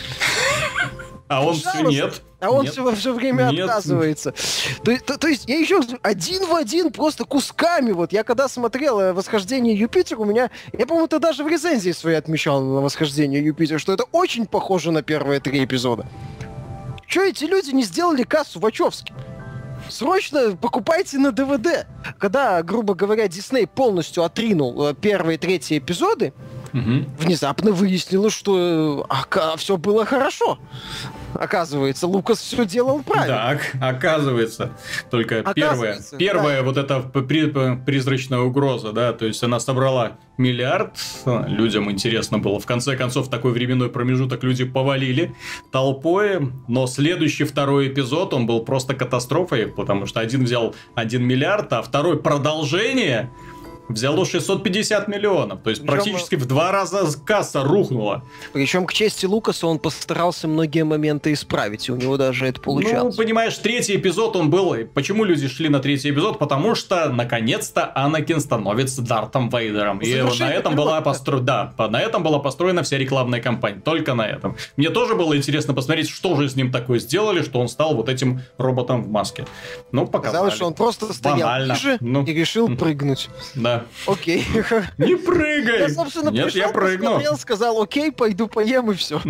А он все нет.
А он
нет.
все, все время нет. отказывается. То, то, то есть, я еще один в один, просто кусками. Вот я когда смотрел «Восхождение Юпитера», у меня, я, по-моему, это даже в рецензии своей отмечал на «Восхождение Юпитера», что это очень похоже на первые три эпизода. Че эти люди не сделали кассу Вачовски? Срочно покупайте на ДВД. Когда, грубо говоря, Дисней полностью отринул первые и третьи эпизоды, угу. внезапно выяснилось, что а, все было хорошо. Оказывается, Лукас все делал правильно.
Так, оказывается. Только
оказывается,
первая, первая
да.
вот эта призрачная угроза, да, то есть она собрала миллиард, людям интересно было. В конце концов, в такой временной промежуток люди повалили толпой, но следующий второй эпизод, он был просто катастрофой, потому что один взял один миллиард, а второй продолжение взяло шестьсот пятьдесят миллионов. То есть причем практически в два раза касса рухнула.
Причем к чести Лукаса он постарался многие моменты исправить, и у него даже это получалось.
Ну, понимаешь, третий эпизод он был... Почему люди шли на третий эпизод? Потому что, наконец-то, Анакин становится Дартом Вейдером. И на этом, была постро... да, на этом была построена вся рекламная кампания. Только на этом. Мне тоже было интересно посмотреть, что же с ним такое сделали, что он стал вот этим роботом в маске. Ну, показали.
Казалось, что он просто стоял
банально.
Ниже ну... и решил прыгнуть.
Да.
Окей.
Не прыгай!
Я, собственно,
Нет,
пришел,
я прыгну.
посмотрел, сказал, окей, пойду поем и все.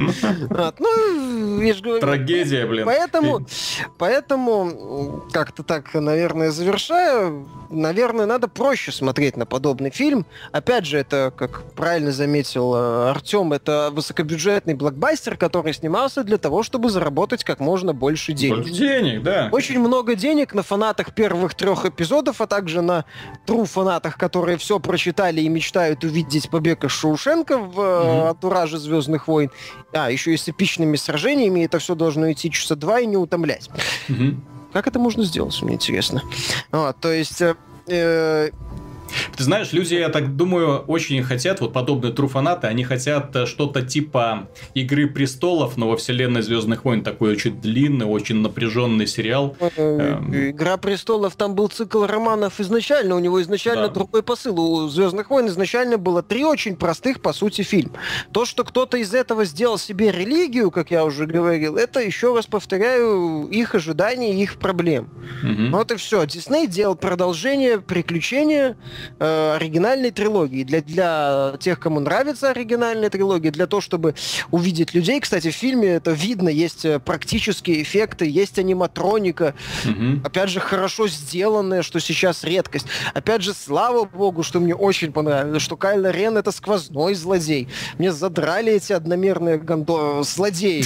Ну, я же говорю.
Трагедия, блин.
Поэтому, поэтому, как-то так, наверное, завершаю. Наверное, надо проще смотреть на подобный фильм. Опять же, это, как правильно заметил Артем, это высокобюджетный блокбастер, который снимался для того, чтобы заработать как можно больше денег.
Больше денег, да.
Очень много денег на фанатах первых трех эпизодов, а также на тру фанатах, которые все прочитали и мечтают увидеть побег из Шоушенка в mm-hmm. антураже «Звездных войн». А, еще и с эпичными сражениями. Это все должно идти часа два и не утомлять. Mm-hmm. Как это можно сделать, мне интересно. А, то есть... Э-
Ты знаешь, люди, я так думаю, очень хотят, вот подобные тру-фанаты, они хотят что-то типа «Игры престолов», но во вселенной «Звездных войн», такой очень длинный, очень напряженный сериал.
«Игра престолов», там был цикл романов изначально, у него изначально да. другой посыл. У «Звездных войн» изначально было три очень простых, по сути, фильма. То, что кто-то из этого сделал себе религию, как я уже говорил, это, еще раз повторяю, их ожидания, их проблем. Угу. Вот и все. Дисней делал продолжение, приключения, э, оригинальной трилогии. Для, для тех, кому нравится оригинальная трилогия, для того, чтобы увидеть людей. Кстати, в фильме это видно, есть практические эффекты, есть аниматроника. Mm-hmm. Опять же, хорошо сделанная, что сейчас редкость. Опять же, слава богу, что мне очень понравилось, что Кайло Рен это сквозной злодей. Мне задрали эти одномерные гондо... злодеи.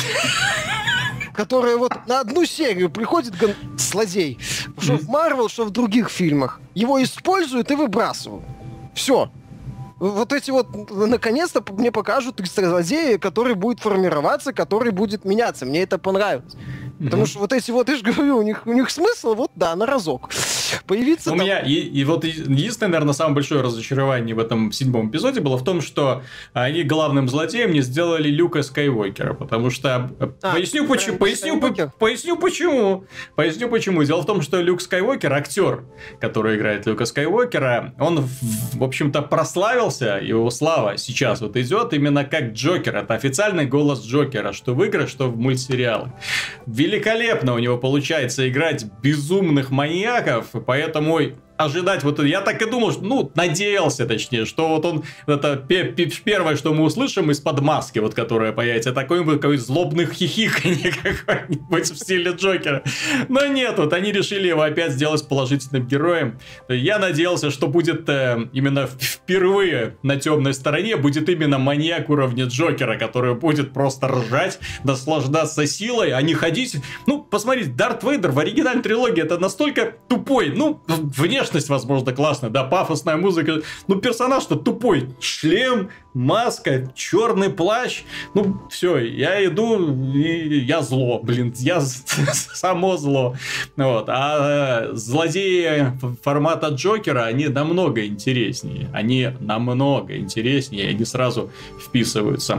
Которые вот на одну серию приходит гон... злодей. Что в Марвел, что в других фильмах. Его используют и выбрасывают. Все. Вот эти вот, наконец-то мне покажут злодея, который будет формироваться, который будет меняться. Мне это понравилось. Mm-hmm. Потому что вот эти вот, я же говорю, у них, у них смысл, вот, да, на разок. Появиться
У
там...
меня, и, и вот единственное, наверное, самое большое разочарование в этом седьмом эпизоде было в том, что они главным злодеем не сделали Люка Скайуокера, потому что... А, поясню, почему, поясню, по, поясню почему. Поясню почему. Дело в том, что Люк Скайуокер, актер, который играет Люка Скайуокера, он, в, в общем-то, прославился, его слава сейчас вот идет именно как Джокер. Это официальный голос Джокера, что в играх, что в мультсериалах. Великолепно у него получается играть безумных маньяков, поэтому ожидать вот это... Я так и думал, что, ну, надеялся, точнее, что вот он... Это первое, что мы услышим из-под маски, вот, которая появится, такой будет какой-то злобный хихиканье какой-нибудь в стиле Джокера. Но нет, вот они решили его опять сделать положительным героем. Я надеялся, что будет э, именно впервые на темной стороне будет именно маньяк уровня Джокера, который будет просто ржать, наслаждаться силой, а не ходить... Ну, посмотрите, Дарт Вейдер в оригинальной трилогии это настолько тупой, ну, внешне Внешность, возможно, классная, да, пафосная музыка. Ну, персонаж-то тупой. Шлем, маска, черный плащ. Ну, все, я иду, и я зло, блин, я само зло. Вот. А злодеи формата Джокера, они намного интереснее. Они намного интереснее, они сразу вписываются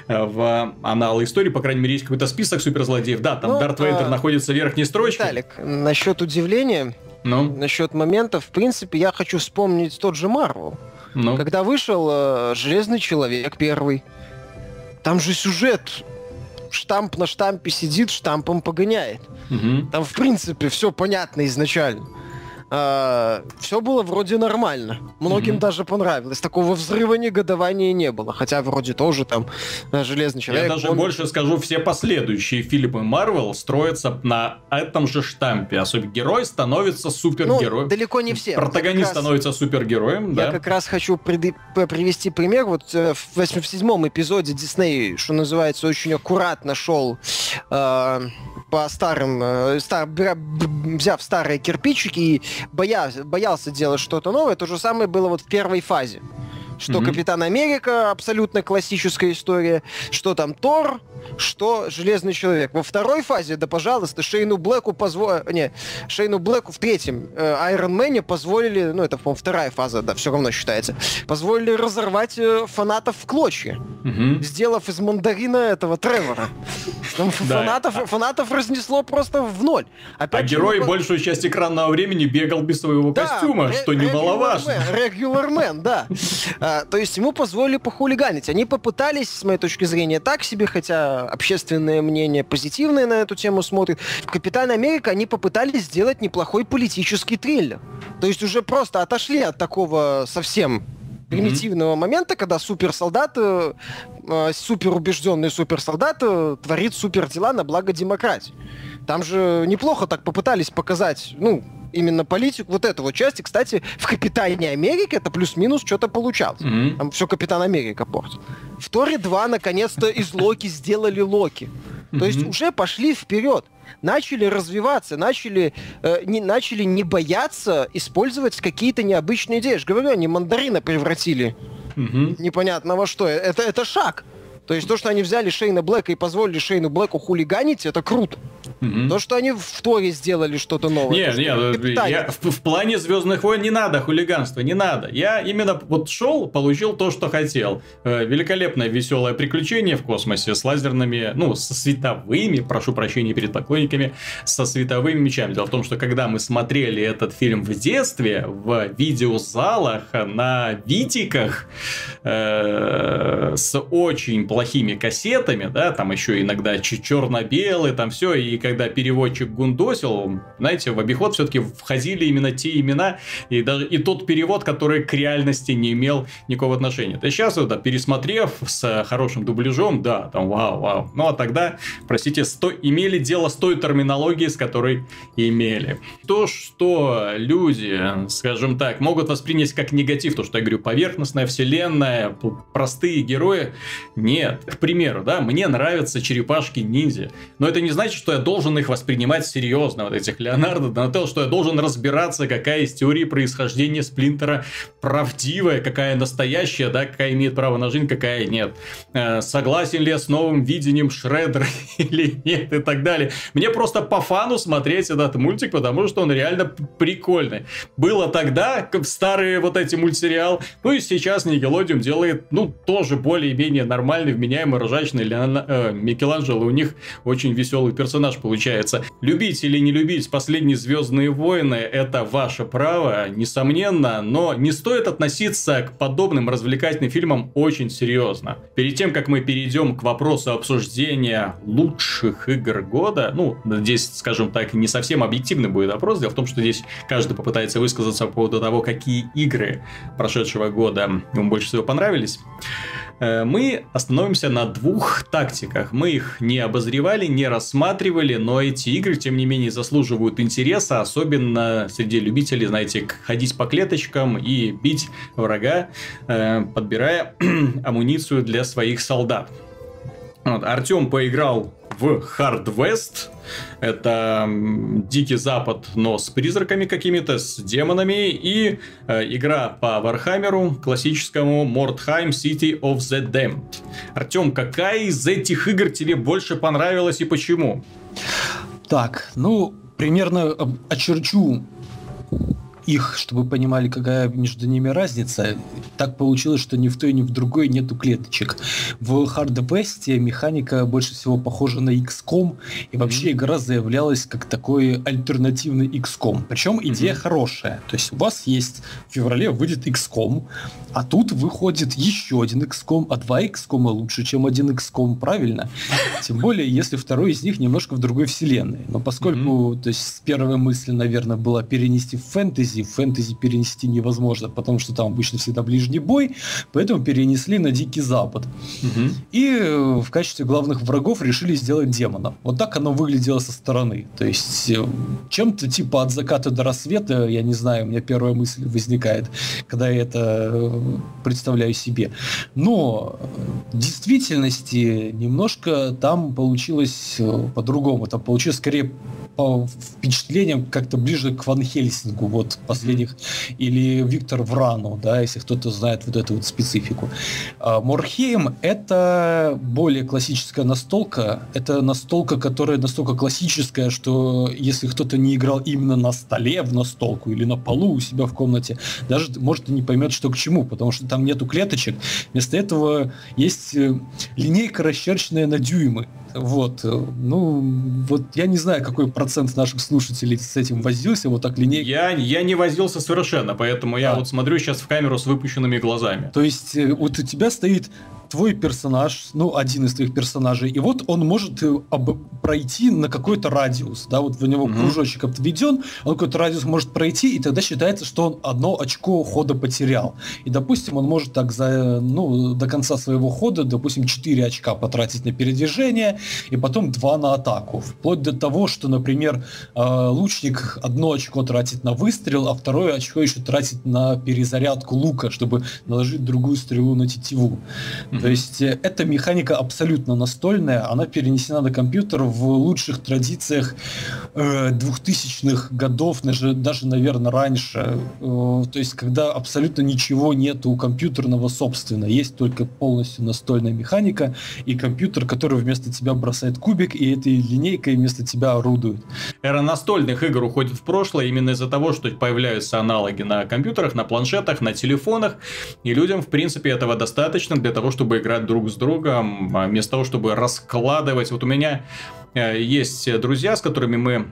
в аналы истории. По крайней мере, есть какой-то список суперзлодеев. Да, там ну, Дарт Вейдер а... находится в верхней строчке.
Виталик, насчет удивления... Ну? Насчет моментов, в принципе, я хочу вспомнить тот же Марвел. Ну? Когда вышел э, Железный Человек первый, там же сюжет штамп на штампе сидит, штампом погоняет. Угу. Там, в принципе, все понятно изначально. Uh, все было вроде нормально. Многим mm-hmm. даже понравилось. Такого взрыва негодования не было. Хотя вроде тоже там Железный Человек...
Я даже
он...
больше скажу, все последующие фильмы Марвел строятся на этом же штампе. Особенно герой становится супергероем.
Ну, далеко не все.
Протагонист
раз...
становится супергероем,
я
да.
Я как раз хочу пред... привести пример. Вот в, в седьмом эпизоде Дисней, что называется, очень аккуратно шел э, по старым... Э, стар... взяв старые кирпичики и Боялся, боялся делать что-то новое. То же самое было вот в первой фазе. Что mm-hmm. Капитан Америка, абсолютно классическая история, что там Тор, что Железный Человек. Во второй фазе, да пожалуйста, Шейну Блэку позволили... Не, Шейну Блэку в третьем Айрон Мэне позволили, ну это, по-моему, вторая фаза, да, все равно считается, позволили разорвать э, фанатов в клочья, mm-hmm. сделав из мандарина этого Тревора. Фанатов, фанатов разнесло просто в ноль.
Опять а герой мы... большую часть экранного времени бегал без своего да, костюма, ре- что немаловажно.
Регулярмен, да. А, то есть ему позволили похулиганить. Они попытались, с моей точки зрения, так себе, хотя общественное мнение позитивное на эту тему смотрит. В «Капитан Америка» они попытались сделать неплохой политический триллер. То есть уже просто отошли от такого совсем примитивного mm-hmm. момента, когда суперсолдат, э, э, суперубежденный суперсолдат э, творит супердела на благо демократии. Там же неплохо так попытались показать, ну, именно политику, вот эту вот часть. И, кстати, в «Капитане Америки» это плюс-минус что-то получалось. Mm-hmm. Там все «Капитан Америка» портит. В «Торе два» наконец-то из Локи сделали Локи. Mm-hmm. То есть уже пошли вперед. Начали развиваться, начали, э, не, начали не бояться использовать какие-то необычные идеи. Я же говорю, они мандарина превратили. Mm-hmm. Непонятно во что. Это, это шаг. То есть то, что они взяли Шейна Блэка и позволили Шейну Блэку хулиганить, это круто. Mm-hmm. То, что они в Торе сделали что-то новое.
Нет, нет, я, в, в плане «Звездных войн» не надо хулиганства, не надо. Я именно вот шел, получил то, что хотел. Э, великолепное веселое приключение в космосе с лазерными, ну, со световыми, прошу прощения перед поклонниками, со световыми мечами. Дело в том, что когда мы смотрели этот фильм в детстве, в видеозалах, на видиках, э, с очень плохими кассетами, да, там еще иногда черно-белый, там все, и когда переводчик гундосил, знаете, в обиход все-таки входили именно те имена и даже и тот перевод, который к реальности не имел никакого отношения. То есть сейчас, да, пересмотрев с хорошим дубляжом, да, там вау, вау. Ну а тогда, простите, сто... имели дело с той терминологией, с которой имели. То, что люди, скажем так, могут воспринять как негатив, то, что я говорю, поверхностная вселенная, простые герои, нет. К примеру, да, мне нравятся черепашки-ниндзя, но это не значит, что я должен их воспринимать серьезно, вот этих Леонардо, Донателло, что я должен разбираться, какая из теории происхождения Сплинтера правдивая, какая настоящая, да, какая имеет право на жизнь, какая нет. Э, согласен ли я с новым видением Шреддера или нет и так далее. Мне просто по фану смотреть этот мультик, потому что он реально прикольный. Было тогда, как старые вот эти мультсериал, ну и сейчас Nickelodeon делает, ну, тоже более-менее нормальный, вменяемый, ржачный Леона... э, Микеланджело. У них очень веселый персонаж получается. Любить или не любить последние Звездные войны — это ваше право, несомненно, но не стоит относиться к подобным развлекательным фильмам очень серьезно. Перед тем, как мы перейдем к вопросу обсуждения лучших игр года, ну, здесь, скажем так, не совсем объективный будет вопрос. Дело в том, что здесь каждый попытается высказаться по поводу того, какие игры прошедшего года ему больше всего понравились. Мы остановимся на двух тактиках. Мы их не обозревали, не рассматривали, но эти игры, тем не менее, заслуживают интереса, особенно среди любителей, знаете, ходить по клеточкам и бить врага, подбирая амуницию для своих солдат. Вот, Артем поиграл в Hard West. Это Дикий Запад, но с призраками какими-то, с демонами. И э, игра по Вархаммеру классическому Mordheim City of the Damned. Артем, какая из этих игр тебе больше понравилась и почему?
Так, ну, примерно очерчу их, чтобы вы понимали, какая между ними разница. Так получилось, что ни в той, ни в другой нету клеточек. В Hard West механика больше всего похожа на икс ком, и вообще mm-hmm. игра заявлялась как такой альтернативный икс ком. Причем идея mm-hmm. хорошая. То есть у вас есть в феврале выйдет икс ком, а тут выходит еще один икс ком, а два икс кома лучше, чем один икс ком, правильно? Тем более, если второй из них немножко в другой вселенной. Но поскольку, mm-hmm. то есть, первая мысль, наверное, была перенести в фэнтези, в фэнтези перенести невозможно, потому что там обычно всегда ближний бой, поэтому перенесли на Дикий Запад. Угу. И в качестве главных врагов решили сделать демонов. Вот так оно выглядело со стороны. То есть чем-то типа от заката до рассвета, я не знаю, у меня первая мысль возникает, когда я это представляю себе. Но в действительности немножко там получилось по-другому. Там получилось скорее по впечатлениям как-то ближе к Ван Хельсингу, вот, последних, или Виктор Врану, да, если кто-то знает вот эту вот специфику. Морхейм — это более классическая настолка, это настолка, которая настолько классическая, что если кто-то не играл именно на столе в настолку или на полу у себя в комнате, даже, может, и не поймет, что к чему, потому что там нету клеточек, вместо этого есть линейка, расчерченная на дюймы. Вот, ну, вот я не знаю, какой процент наших слушателей с этим возился, вот так линейка.
Я, я не возился совершенно, поэтому я а. вот смотрю сейчас в камеру с выпущенными глазами.
То есть, вот у тебя стоит твой персонаж, ну, один из твоих персонажей, и вот он может об, пройти на какой-то радиус, да, вот в него mm-hmm. кружочек обведен, он какой-то радиус может пройти, и тогда считается, что он одно очко хода потерял. И, допустим, он может так за, ну, до конца своего хода, допустим, четыре очка потратить на передвижение, и потом два на атаку. Вплоть до того, что, например, лучник одно очко тратит на выстрел, а второе очко еще тратит на перезарядку лука, чтобы наложить другую стрелу на тетиву. Mm-hmm. То есть эта механика абсолютно настольная, она перенесена на компьютер в лучших традициях э, двухтысячных годов, даже, даже, наверное, раньше. Э, то есть когда абсолютно ничего нету у компьютерного собственно, есть только полностью настольная механика и компьютер, который вместо тебя бросает кубик, и этой линейкой вместо тебя орудует.
Эра настольных игр уходит в прошлое именно из-за того, что появляются аналоги на компьютерах, на планшетах, на телефонах, и людям, в принципе, этого достаточно для того, чтобы играть друг с другом, вместо того, чтобы раскладывать. Вот у меня есть друзья, с которыми мы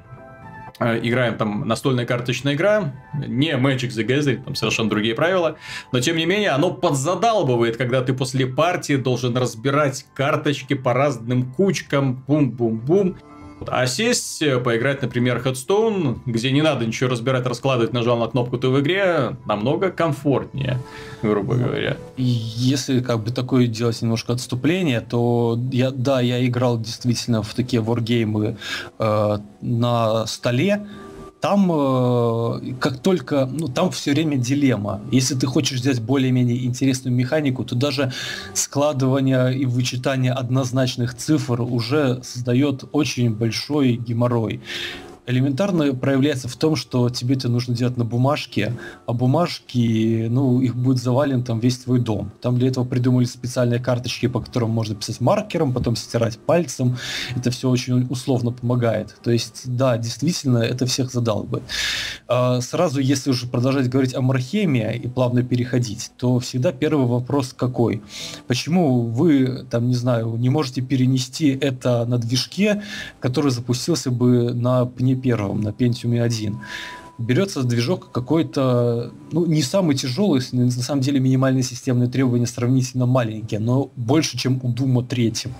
играем, там, настольная карточная игра, не Magic the Gathering, там совершенно другие правила, но тем не менее оно подзадалбывает, когда ты после партии должен разбирать карточки по разным кучкам, бум-бум-бум. Вот. А сесть, поиграть, например, Headstone, где не надо ничего разбирать, раскладывать, нажал на кнопку, ты в игре, намного комфортнее, грубо говоря.
И если как бы такое делать немножко отступление, то я, да, я играл действительно в такие варгеймы э, на столе. Там э, как только, ну там все время дилемма. Если ты хочешь сделать более-менее интересную механику, то даже складывание и вычитание однозначных цифр уже создает очень большой геморрой. Элементарно проявляется в том, что тебе это нужно делать на бумажке, а бумажки, ну, их будет завален там весь твой дом. Там для этого придумали специальные карточки, по которым можно писать маркером, потом стирать пальцем. Это все очень условно помогает. То есть, да, действительно, это всех задалбывает. Сразу, если уже продолжать говорить о Мархеме и плавно переходить, то всегда первый вопрос какой? Почему вы, там, не знаю, не можете перенести это на движке, который запустился бы на пне первом, на Pentium один? Берется движок какой-то, ну, не самый тяжелый, на самом деле минимальные системные требования сравнительно маленькие, но больше, чем у Дума третьего.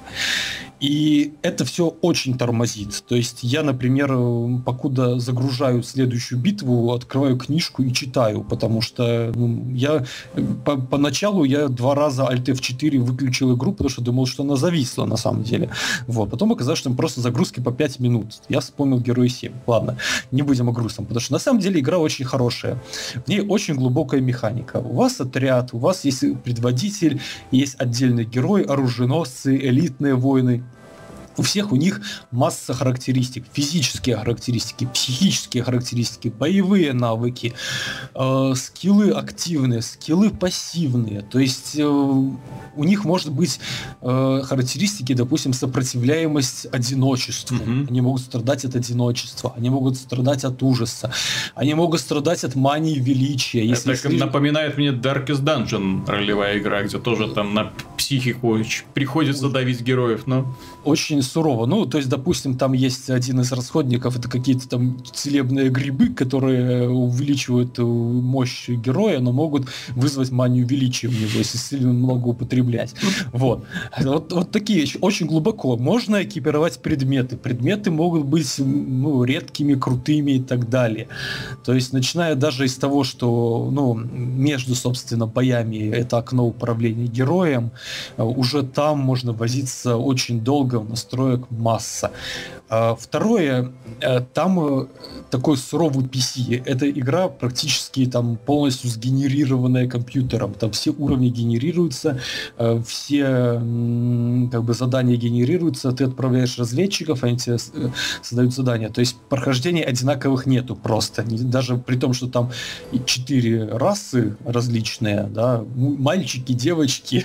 И это все очень тормозит. То есть я, например, покуда загружаю следующую битву, открываю книжку и читаю, потому что ну, я по, поначалу я два раза Alt эф четыре выключил игру, потому что думал, что она зависла на самом деле. Вот. Потом оказалось, что там просто загрузки по пять минут. Я вспомнил Герой семь. Ладно, не будем о грустном, потому что на самом деле игра очень хорошая. В ней очень глубокая механика. У вас отряд, у вас есть предводитель, есть отдельный герой, оруженосцы, элитные воины. У всех у них масса характеристик, физические характеристики, психические характеристики, боевые навыки, э, скиллы активные, скиллы пассивные. То есть э, у них может быть э, характеристики, допустим, сопротивляемость одиночеству. Mm-hmm. Они могут страдать от одиночества, они могут страдать от ужаса, они могут страдать от мании величия.
Если Это слишком... напоминает мне Darkest Dungeon, ролевая игра, где тоже там на психику приходится давить героев, но...
Очень сурово. Ну, то есть, допустим, там есть один из расходников, это какие-то там целебные грибы, которые увеличивают мощь героя, но могут вызвать манию величия у него, если сильно много употреблять. Вот. Вот, вот такие вещи. Очень глубоко. Можно экипировать предметы. Предметы могут быть ну, редкими, крутыми и так далее. То есть, начиная даже из того, что ну, между, собственно, боями это окно управления героем, уже там можно возиться очень долго, настроек масса. Второе, там такой суровый пи си. Эта игра практически там полностью сгенерированная компьютером. Там все уровни генерируются, все как бы задания генерируются, ты отправляешь разведчиков, они тебе создают задания. То есть прохождений одинаковых нету просто. Даже при том, что там четыре расы различные, да, мальчики, девочки,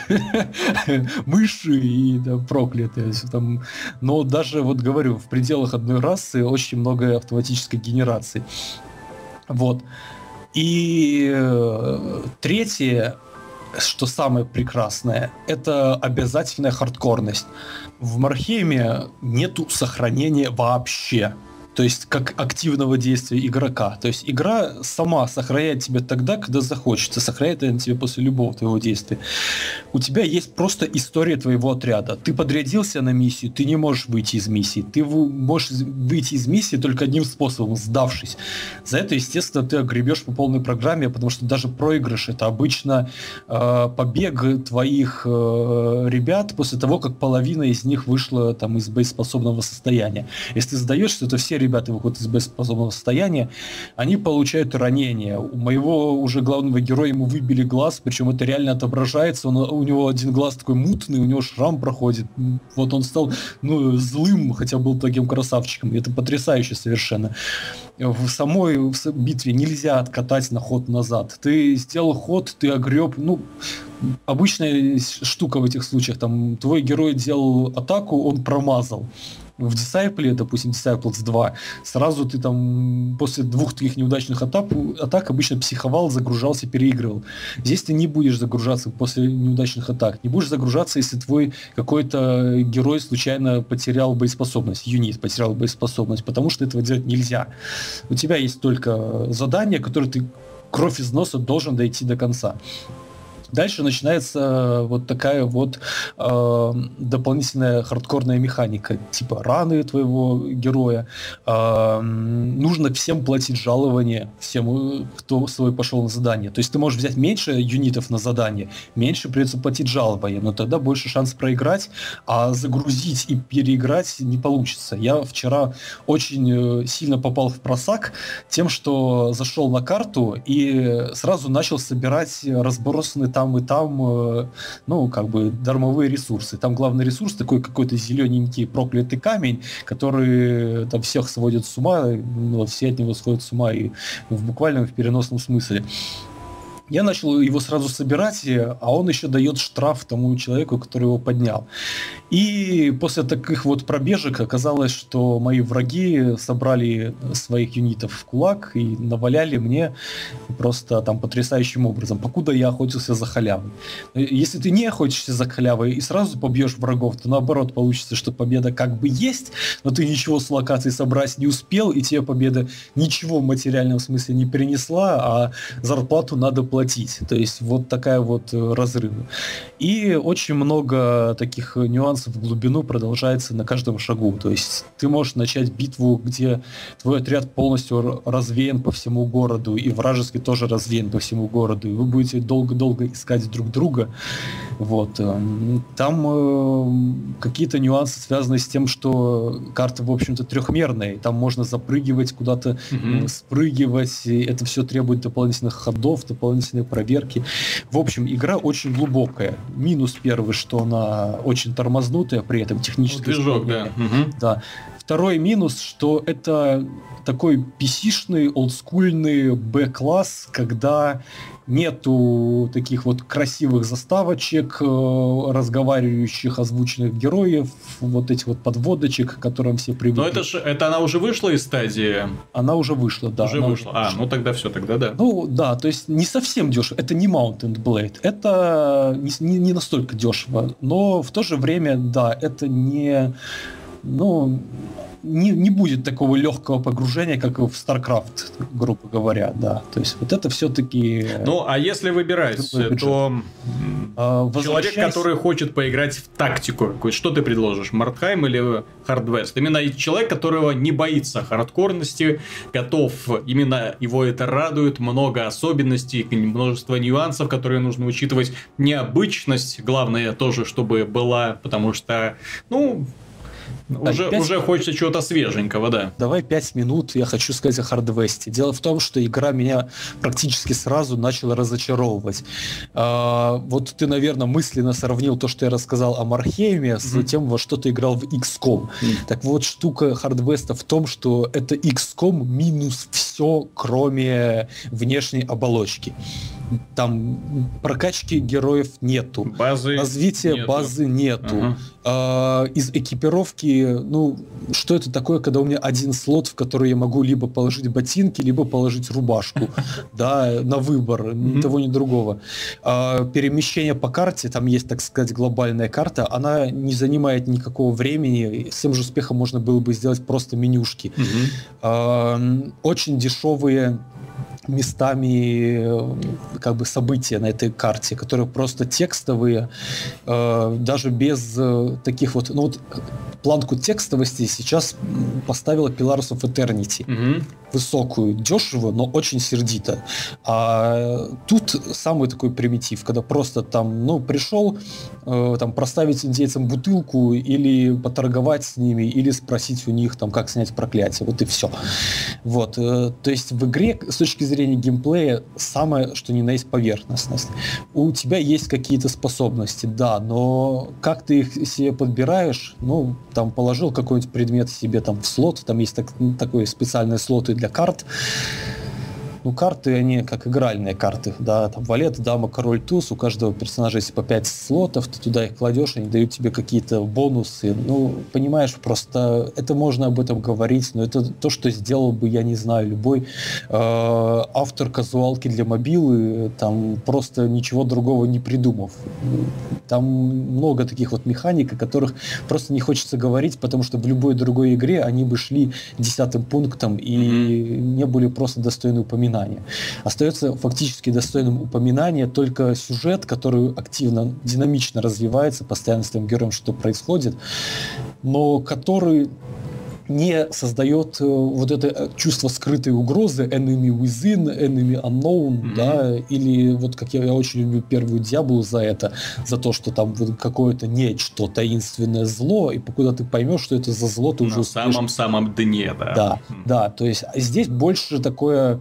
мыши и да, проклятые. Там, но даже вот говорю, в пределах одной расы очень много автоматической генерации. Вот. И э, третье, что самое прекрасное, это обязательная хардкорность. В Мархейме нету сохранения вообще. То есть, как активного действия игрока. То есть, игра сама сохраняет тебя тогда, когда захочется. Сохраняет она тебя после любого твоего действия. У тебя есть просто история твоего отряда. Ты подрядился на миссию, ты не можешь выйти из миссии. Ты можешь выйти из миссии только одним способом, сдавшись. За это, естественно, ты огребешь по полной программе, потому что даже проигрыш — это обычно э, побег твоих э, ребят после того, как половина из них вышла там, из боеспособного состояния. Если ты сдаешься, то все ребята выходят из боеспособного состояния, они получают ранения. У моего уже главного героя ему выбили глаз, причем это реально отображается. Он, у него один глаз такой мутный, у него шрам проходит. Вот он стал ну, злым, хотя был таким красавчиком. И это потрясающе совершенно. В самой в битве нельзя откатать на ход назад. Ты сделал ход, ты огреб. Ну, обычная штука в этих случаях. Там твой герой делал атаку, он промазал. В Disciple, допустим, Disciples два, сразу ты там после двух таких неудачных атак, атак обычно психовал, загружался, переигрывал. Здесь ты не будешь загружаться после неудачных атак. Не будешь загружаться, если твой какой-то герой случайно потерял боеспособность, юнит потерял боеспособность, потому что этого делать нельзя. У тебя есть только задание, которое ты кровь из носа должен дойти до конца. Дальше начинается вот такая вот э, дополнительная хардкорная механика, типа раны твоего героя. Э, нужно всем платить жалование, всем, кто свой пошел на задание. То есть ты можешь взять меньше юнитов на задание, меньше придется платить жалование, но тогда больше шанс проиграть, а загрузить и переиграть не получится. Я вчера очень сильно попал в просак тем, что зашел на карту и сразу начал собирать разбросанные там и там, ну, как бы, дармовые ресурсы. Там главный ресурс такой какой-то зелененький проклятый камень, который там всех сводит с ума, ну, все от него сходят с ума и в буквальном, в переносном смысле. Я начал его сразу собирать, а он еще дает штраф тому человеку, который его поднял. И после таких вот пробежек оказалось, что мои враги собрали своих юнитов в кулак и наваляли мне просто там потрясающим образом, покуда я охотился за халявой. Если ты не охотишься за халявой и сразу побьешь врагов, то наоборот получится, что победа как бы есть, но ты ничего с локацией собрать не успел, и тебе победа ничего в материальном смысле не принесла, а зарплату надо платить. То есть вот такая вот разрыв. И очень много таких нюансов в глубину продолжается на каждом шагу. То есть ты можешь начать битву, где твой отряд полностью развеян по всему городу, и вражеский тоже развеян по всему городу, и вы будете долго-долго искать друг друга. Вот. Там э, какие-то нюансы связаны с тем, что карта, в общем-то, трехмерная, там можно запрыгивать куда-то, mm-hmm. спрыгивать, и это все требует дополнительных ходов, дополнительной проверки. В общем, игра очень глубокая. Минус первый, что она очень тормознутая, при этом технически.
Движок, да. Угу.
Да. Второй минус, что это такой пи си-шный, олдскульный Б-класс, когда нету таких вот красивых заставочек, разговаривающих, озвученных героев, вот этих вот подводочек, к которым все привыкли.
Но это же, это она уже вышла из стадии?
Она уже вышла, да.
Уже вышла. А, вышла. Ну тогда все, тогда да.
Ну да, то есть не совсем дешево. Это не Mountain Blade. Это не, не, не настолько дешево. Но в то же время, да, это не... Ну, не, не будет такого легкого погружения, как в StarCraft, грубо говоря, да. То есть вот это все-таки...
Ну, а если выбирать, то а, человек, который хочет поиграть в тактику, что ты предложишь, Мордхайм или Hard West? Именно человек, которого не боится хардкорности, готов, именно его это радует, много особенностей, множество нюансов, которые нужно учитывать, необычность, главное тоже, чтобы была, потому что, ну... Уже, пять... уже хочется чего-то свеженького, да.
Давай пять минут, я хочу сказать о Hard West. Дело в том, что игра меня практически сразу начала разочаровывать. А, вот ты, наверное, мысленно сравнил то, что я рассказал о Мархейме, mm-hmm. с тем, во что ты играл в икс ком. Mm-hmm. Так вот, штука Hard West в том, что это икс ком минус все, кроме внешней оболочки. Там прокачки героев нету,
базы
развития
нету.
базы нету. Uh-huh. А, из экипировки, ну, что это такое, когда у меня один слот, в который я могу либо положить ботинки, либо положить рубашку, да, на выбор, ни того, ни другого. А, перемещение по карте, там есть, так сказать, глобальная карта, она не занимает никакого времени, с тем же успехом можно было бы сделать просто менюшки. А, очень дешевые местами как бы события на этой карте, которые просто текстовые, э, даже без э, таких вот, ну вот планку текстовости сейчас поставила Pillars of Eternity. Mm-hmm. Высокую, дешево, но очень сердито. А тут самый такой примитив, когда просто там, ну, пришел э, там проставить индейцам бутылку или поторговать с ними, или спросить у них там, как снять проклятие. Вот и все. Вот. Э, то есть в игре с точки зрения геймплея самое, что ни на есть, поверхностность. У тебя есть какие-то способности, да, но как ты их себе подбираешь, ну, там положил какой-нибудь предмет себе там в слот, там есть так, такой специальные слоты для карт. Ну, карты, они как игральные карты, да, там валет, дама, король, туз, у каждого персонажа есть по пять слотов, ты туда их кладешь, они дают тебе какие-то бонусы, ну, понимаешь, просто это можно об этом говорить, но это то, что сделал бы, я не знаю, любой э, автор казуалки для мобилы, там, просто ничего другого не придумав. Там много таких вот механик, о которых просто не хочется говорить, потому что в любой другой игре они бы шли десятым пунктом и mm-hmm. не были просто достойны упоминания. упоминания. Остается фактически достойным упоминания только сюжет, который активно, динамично развивается, постоянно с тем героем что происходит, но который не создает э, вот это чувство скрытой угрозы enemy within, enemy unknown, mm-hmm. да, или вот как я, я очень люблю первую Диаблу за это, за то, что там вот какое-то нечто таинственное зло, и покуда ты поймешь, что это за зло, ты
на
уже...
На самом-самом дне, да.
Да, mm-hmm. да, то есть здесь больше такое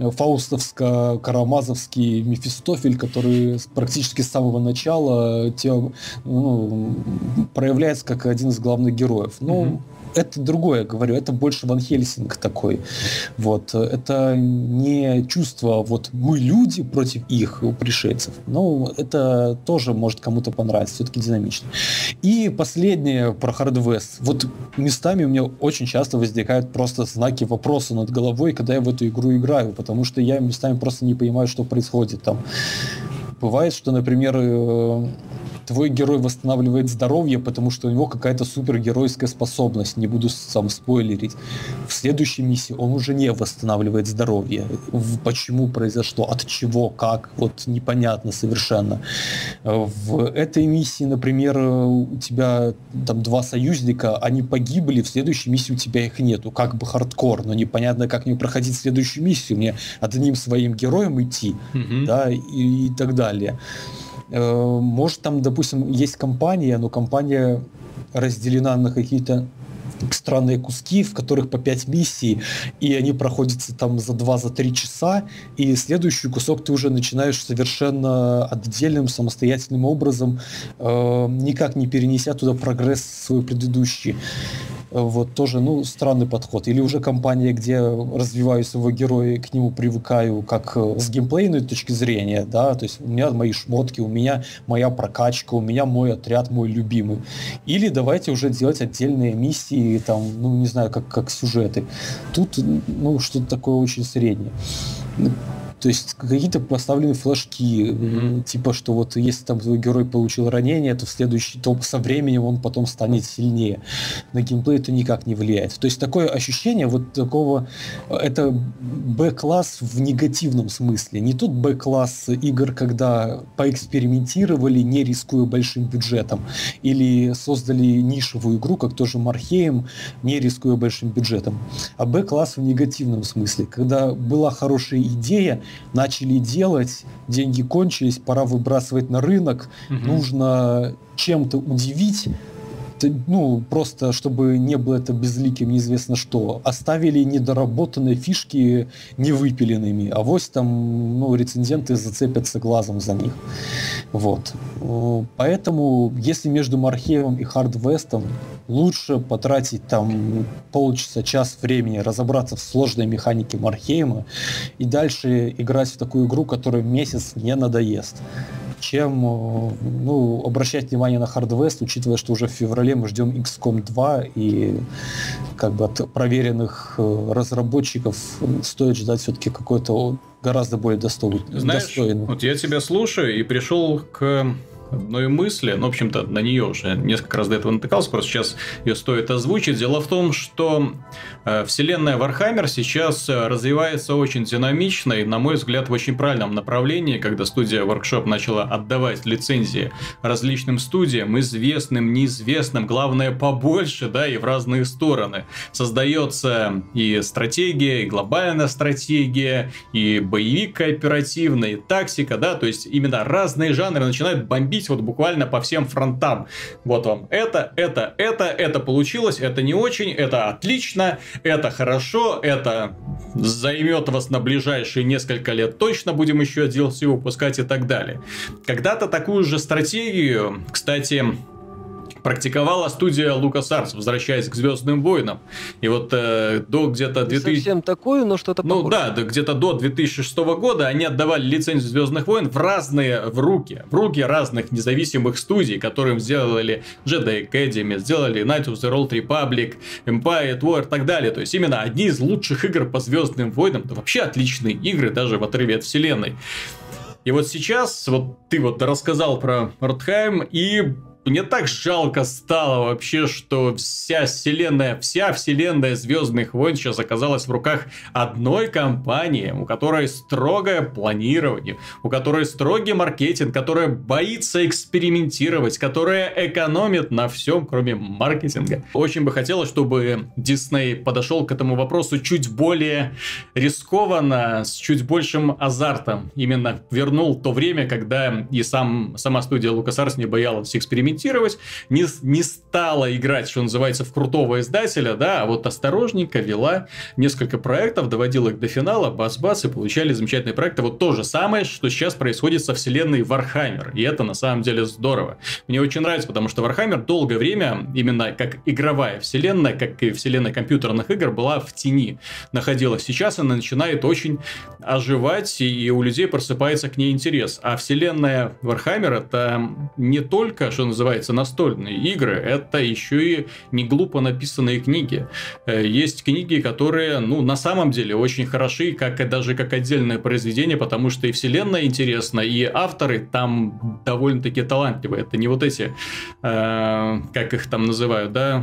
фаустовско-карамазовский Мефистофель, который практически с самого начала тебя, ну, проявляется как один из главных героев. Ну, mm-hmm. это другое, говорю, это больше Ван Хельсинг такой. Вот. Это не чувство, вот мы люди против их, у пришельцев. Но это тоже может кому-то понравиться, все-таки динамично. И последнее про Hard West. Вот местами у меня очень часто возникают просто знаки вопроса над головой, когда я в эту игру играю, потому что я местами просто не понимаю, что происходит там. Бывает, что, например, твой герой восстанавливает здоровье, потому что у него какая-то супергеройская способность. Не буду сам спойлерить. В следующей миссии он уже не восстанавливает здоровье. Почему произошло? От чего? Как? Вот непонятно совершенно. В этой миссии, например, у тебя там два союзника, они погибли, в следующей миссии у тебя их нету. Как бы хардкор, но непонятно, как мне проходить следующую миссию. Мне одним своим героем идти, mm-hmm. да, и, и так далее. Может, там, допустим, есть компания, но компания разделена на какие-то странные куски, в которых по пять миссий, и они проходятся там за два-за три часа, и следующий кусок ты уже начинаешь совершенно отдельным, самостоятельным образом, э, никак не перенеся туда прогресс свой предыдущий. Вот тоже, ну, странный подход. Или уже компания, где развиваю своего героя, к нему привыкаю как с геймплейной точки зрения, да, то есть у меня мои шмотки, у меня моя прокачка, у меня мой отряд, мой любимый. Или давайте уже делать отдельные миссии, там, ну, не знаю, как, как сюжеты. Тут, ну, что-то такое очень среднее. То есть какие-то поставлены флажки, mm-hmm. типа, что вот если там твой герой получил ранение, то в следующий, то со временем он потом станет сильнее. На геймплей это никак не влияет. То есть такое ощущение вот такого, это Б-класс в негативном смысле. Не тот Б-класс игр, когда поэкспериментировали, не рискуя большим бюджетом, или создали нишевую игру, как тоже Мархейм, не рискуя большим бюджетом. А Б-класс в негативном смысле, когда была хорошая идея, начали делать, деньги кончились, пора выбрасывать на рынок, угу. нужно чем-то удивить, ну, просто чтобы не было это безликим, неизвестно что. Оставили недоработанные фишки невыпиленными, а вось там, ну, рецензенты зацепятся глазом за них. Вот. Поэтому, если между Мархеевым и Hard West'ом лучше потратить там полчаса, час времени, разобраться в сложной механике Мархейма и дальше играть в такую игру, которая месяц не надоест, чем, ну, обращать внимание на Hard West, учитывая, что уже в феврале мы ждем икс ком два, и как бы от проверенных разработчиков стоит ждать все-таки какой-то гораздо более достойный.
Знаешь, достойный. Вот я тебя слушаю и пришел к одной мысли, ну, в общем-то, на нее уже несколько раз до этого натыкался, просто сейчас ее стоит озвучить. Дело в том, что э, вселенная Warhammer сейчас развивается очень динамично и, на мой взгляд, в очень правильном направлении, когда студия Workshop начала отдавать лицензии различным студиям, известным, неизвестным, главное, побольше, да, и в разные стороны. Создается и стратегия, и глобальная стратегия, и боевик кооперативный, и тактика, да, то есть именно разные жанры начинают бомбить вот буквально по всем фронтам. Вот вам это, это, это, это получилось, это не очень, это отлично, это хорошо, это займет вас на ближайшие несколько лет точно, будем еще ди эл си выпускать и так далее. Когда-то такую же стратегию, кстати, практиковала студия LucasArts, возвращаясь к Звездным войнам. И вот э, до где-то две тысячи...
Совсем такую, но что-то
Ну
похожее.
да, да, где-то до две тысячи шестого года они отдавали лицензию Звездных войн в разные, в руки, в руки разных независимых студий, которым сделали Jedi Academy, сделали Knights of the Old Republic, Empire at War и так далее. То есть именно одни из лучших игр по Звездным войнам, да вообще отличные игры, даже в отрыве от вселенной. И вот сейчас, вот ты вот рассказал про Мордхайм, и мне так жалко стало вообще, что вся вселенная, вся вселенная Звездных войн сейчас оказалась в руках одной компании, у которой строгое планирование, у которой строгий маркетинг, которая боится экспериментировать, которая экономит на всем, кроме маркетинга. Очень бы хотелось, чтобы Дисней подошел к этому вопросу чуть более рискованно, с чуть большим азартом. Именно вернул то время, когда и сам, сама студия LucasArts не боялась экспериментировать, не, не стала играть, что называется, в крутого издателя, да, а вот осторожненько вела несколько проектов, доводила их до финала, бац-бац, и получали замечательные проекты. Вот то же самое, что сейчас происходит со вселенной Warhammer, и это на самом деле здорово. Мне очень нравится, потому что Warhammer долгое время, именно как игровая вселенная, как и вселенная компьютерных игр, была в тени, находилась. Сейчас она начинает очень оживать, и у людей просыпается к ней интерес. А вселенная Warhammer — это не только, что называется, настольные игры, это еще и не глупо написанные книги. Есть книги, которые, ну, на самом деле очень хороши, как и даже как отдельное произведение, потому что и вселенная интересна, и авторы там довольно-таки талантливые. Это не вот эти, э, как их там называют, да,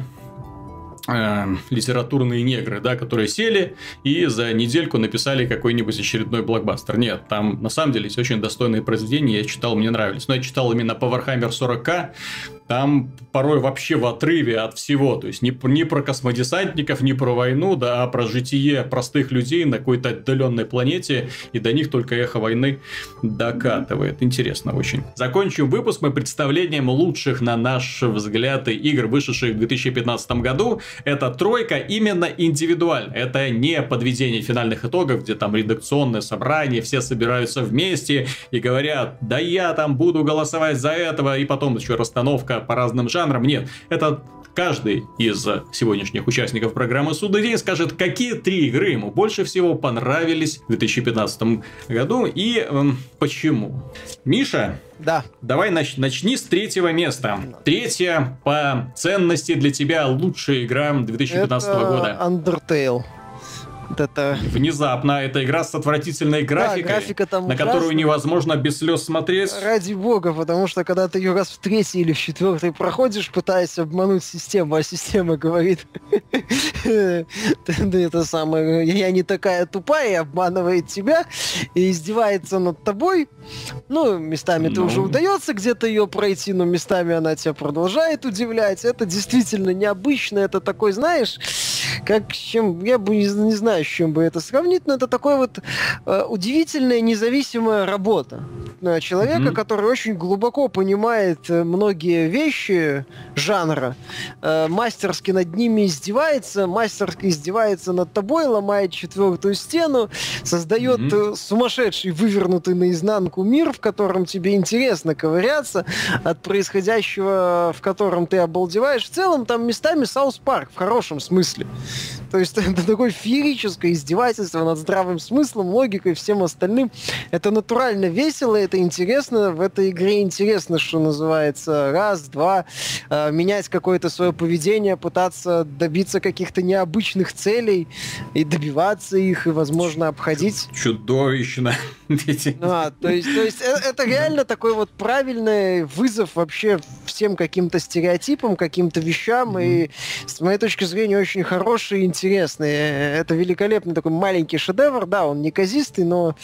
Э, литературные негры, да, которые сели и за недельку написали какой-нибудь очередной блокбастер. Нет, там на самом деле есть очень достойные произведения, я читал, мне нравились. Но я читал именно по Warhammer сорок ка, там порой вообще в отрыве от всего. То есть не, не про космодесантников, не про войну, да, а про житие простых людей на какой-то отдаленной планете, и до них только эхо войны докатывает. Интересно очень. Закончим выпуск мы представлением лучших, на наш взгляд, игр, вышедших в две тысячи пятнадцатом году. Это тройка именно индивидуально. Это не подведение финальных итогов, где там редакционное собрание, все собираются вместе и говорят: да я там буду голосовать за этого, и потом еще расстановка по разным жанрам. Нет, это каждый из сегодняшних участников программы «Судный день» скажет, какие три игры ему больше всего понравились в две тысячи пятнадцатом году и эм, почему. Миша,
да.
Давай нач- начни с третьего места. Третья по ценности для тебя лучшая игра две тысячи пятнадцатого
это
года.
Undertale. Вот это...
Внезапно, это игра с отвратительной графикой,
да, графика там
на
ужасная.
которую невозможно без слез смотреть.
Ради бога, потому что когда ты ее раз в третий или в четвертый проходишь, пытаясь обмануть систему, а система говорит, это самое, я не такая тупая, и обманывает тебя, и издевается над тобой. Ну, местами ты уже удается где-то ее пройти, но местами она тебя продолжает удивлять. Это действительно необычно, это такой, знаешь, как с чем, я бы не, не знаю, с чем бы это сравнить, но это такой вот э, удивительная независимая работа э, человека, mm-hmm. который очень глубоко понимает э, многие вещи жанра, э, мастерски над ними издевается, мастерски издевается над тобой, ломает четвертую стену, создает mm-hmm. э, сумасшедший, вывернутый наизнанку мир, в котором тебе интересно ковыряться, от происходящего, в котором ты обалдеваешь. В целом там местами Саус Парк, в хорошем смысле. То есть это такое феерическое издевательство над здравым смыслом, логикой, всем остальным. Это натурально весело, это интересно. В этой игре интересно, что называется, раз, два, э, менять какое-то свое поведение, пытаться добиться каких-то необычных целей и добиваться их, и, возможно, обходить.
Чудовищно.
А, то есть, то есть это, это реально такой вот правильный вызов вообще всем каким-то стереотипам, каким-то вещам, mm-hmm. и с моей точки зрения очень хороший и интересный. Это великолепный такой маленький шедевр, да, он неказистый, но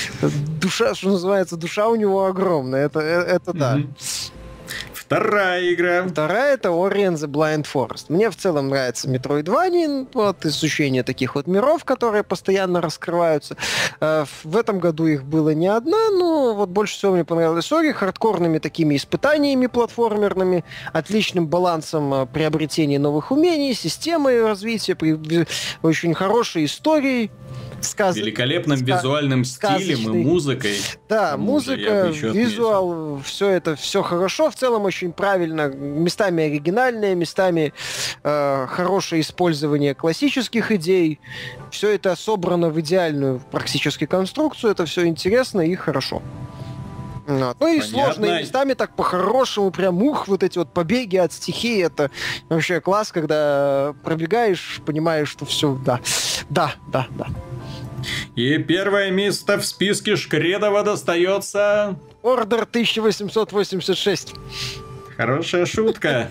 душа, что называется, душа у него огромная, это, это да. Mm-hmm.
Вторая игра.
Вторая — это Ori and the Blind Forest. Мне в целом нравится Metroidvania, вот, изучение таких вот миров, которые постоянно раскрываются. В этом году их было не одна, но вот больше всего мне понравилась Ori хардкорными такими испытаниями платформерными, отличным балансом приобретения новых умений, системой развития, очень хорошей историей. Сказ...
Великолепным Ска... визуальным стилем сказочный. И музыкой.
Да, музыка, визуал, все это, все хорошо. В целом очень правильно, местами оригинальные, местами э, хорошее использование классических идей. Все это собрано в идеальную практически конструкцию. Это все интересно и хорошо. Вот. Ну и сложные местами так по-хорошему, прям ух, вот эти вот побеги от стихии, это вообще класс, когда пробегаешь, понимаешь, что все, да, да, да, да.
И первое место в списке Шкредова достается...
Ордер тысяча восемьсот восемьдесят шесть.
Хорошая шутка.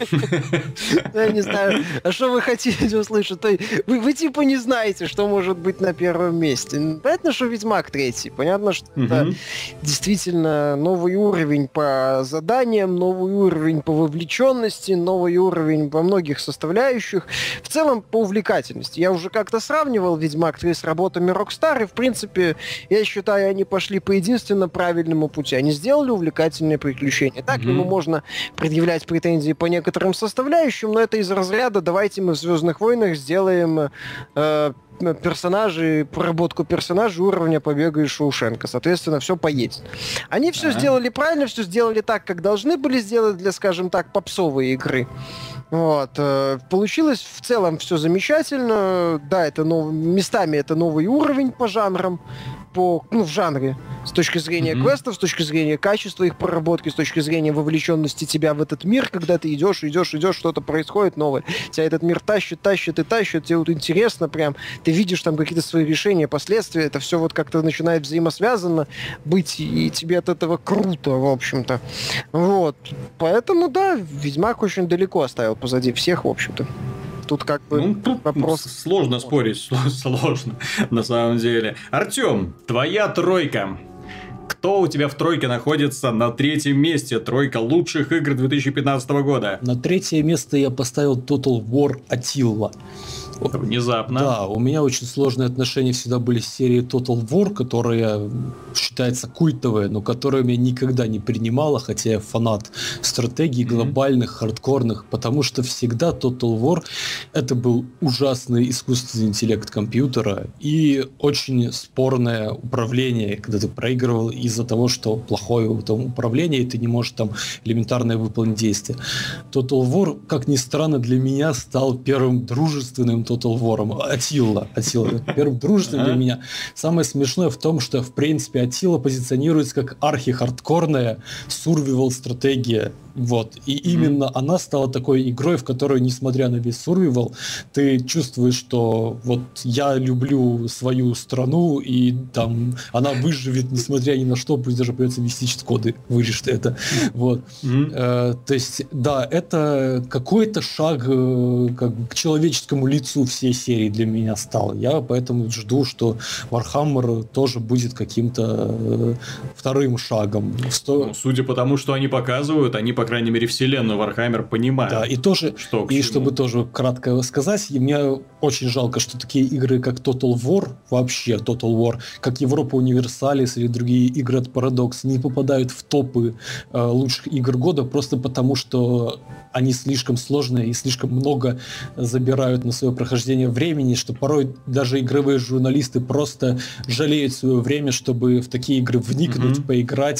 Я не знаю, а что вы хотите услышать? Вы, вы типа не знаете, что может быть на первом месте. Понятно, что Ведьмак третий. Понятно, что угу. это действительно новый уровень по заданиям, новый уровень по вовлеченности, новый уровень по многих составляющих. В целом, по увлекательности. Я уже как-то сравнивал Ведьмак три с работами Rockstar, и, в принципе, я считаю, они пошли по единственно правильному пути. Они сделали увлекательное приключение. Так, угу. ему можно предъявлять претензии по некоторым составляющим, но это из разряда «давайте мы в «Звездных войнах» сделаем э, персонажей, проработку персонажей уровня «Побега из Шоушенка». Соответственно, все поедет. Они все А-а-а. сделали правильно, все сделали так, как должны были сделать для, скажем так, попсовой игры. Вот. Получилось в целом все замечательно. Да, это нов... местами это новый уровень по жанрам, по, ну, в жанре. С точки зрения mm-hmm. квестов, с точки зрения качества их проработки, с точки зрения вовлеченности тебя в этот мир, когда ты идешь, идешь, идешь, что-то происходит новое. Тебя этот мир тащит, тащит и тащит, тебе вот интересно прям, ты видишь там какие-то свои решения, последствия, это все вот как-то начинает взаимосвязано быть, и тебе от этого круто, в общем-то. Вот. Поэтому, да, Ведьмак очень далеко оставил позади всех, в общем-то. Тут как бы
ну, тут
вопрос...
Сложно спорить, сложно на самом деле. Артем, твоя тройка. Кто у тебя в тройке находится на третьем месте? Тройка лучших игр две тысячи пятнадцатого года.
На третье место я поставил Total War Attila.
Внезапно.
Да, у меня очень сложные отношения всегда были с серией Total War, которая считается культовой, но которая меня никогда не принимала, хотя я фанат стратегий mm-hmm. глобальных, хардкорных, потому что всегда Total War это был ужасный искусственный интеллект компьютера и очень спорное управление, когда ты проигрывал из-за того, что плохое там управление, и ты не можешь там элементарно выполнить действие. Total War, как ни странно, для меня стал первым дружественным Total War. Attila. Attila. Первым дружественным для меня. Самое смешное в том, что, в принципе, Attila позиционируется как архи-хардкорная сурвивал-стратегия. Вот. И mm-hmm. именно она стала такой игрой, в которой, несмотря на весь сурвивал, ты чувствуешь, что вот я люблю свою страну, и там она выживет, несмотря ни на что, пусть даже придется вести чит-коды, вырежет это. Вот. Mm-hmm. Э, то есть, да, это какой-то шаг э, как бы к человеческому лицу всей серии для меня стал. Я поэтому жду, что Warhammer тоже будет каким-то э, вторым шагом.
Сто... Ну, судя по тому, что они показывают, они, по крайней мере, вселенную Warhammer понимают.
Да, и тоже, что и чтобы тоже кратко сказать, мне очень жалко, что такие игры, как Total War, вообще Total War, как Европа Универсалис или другие игры от Paradox, не попадают в топы э, лучших игр года, просто потому, что они слишком сложные и слишком много забирают на свое прохождение времени, что порой даже игровые журналисты просто жалеют свое время, чтобы в такие игры вникнуть, mm-hmm. поиграть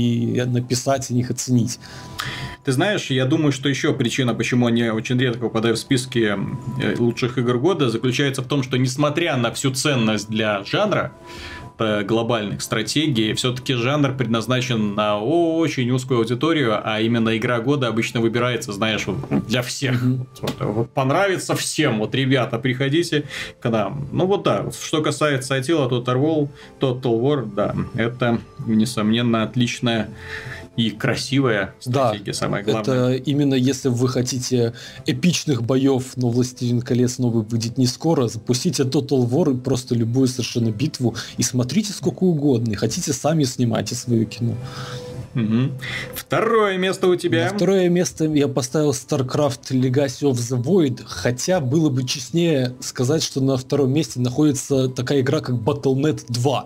и написать о них, оценить.
Ты знаешь, я думаю, что еще причина, почему они очень редко попадают в списки лучших игр года, заключается в том, что несмотря на всю ценность для жанра, глобальных стратегий, все-таки жанр предназначен на очень узкую аудиторию, а именно игра года обычно выбирается, знаешь, вот для всех. Mm-hmm. Вот, вот, понравится всем. Вот, ребята, приходите к нам. Ну вот да, что касается Attila, Total War, Total War, да, это, несомненно, отличная и красивая стратегия, да, самое главное.
Это именно если вы хотите эпичных боев, но «Властелин колец» новый выйдет не скоро, запустите Total War и просто любую совершенно битву и смотрите сколько угодно. И хотите, сами снимайте свое кино.
Угу. Второе место у тебя.
На второе место я поставил StarCraft Legacy of the Void, хотя было бы честнее сказать, что на втором месте находится такая игра, как батл точка нет два.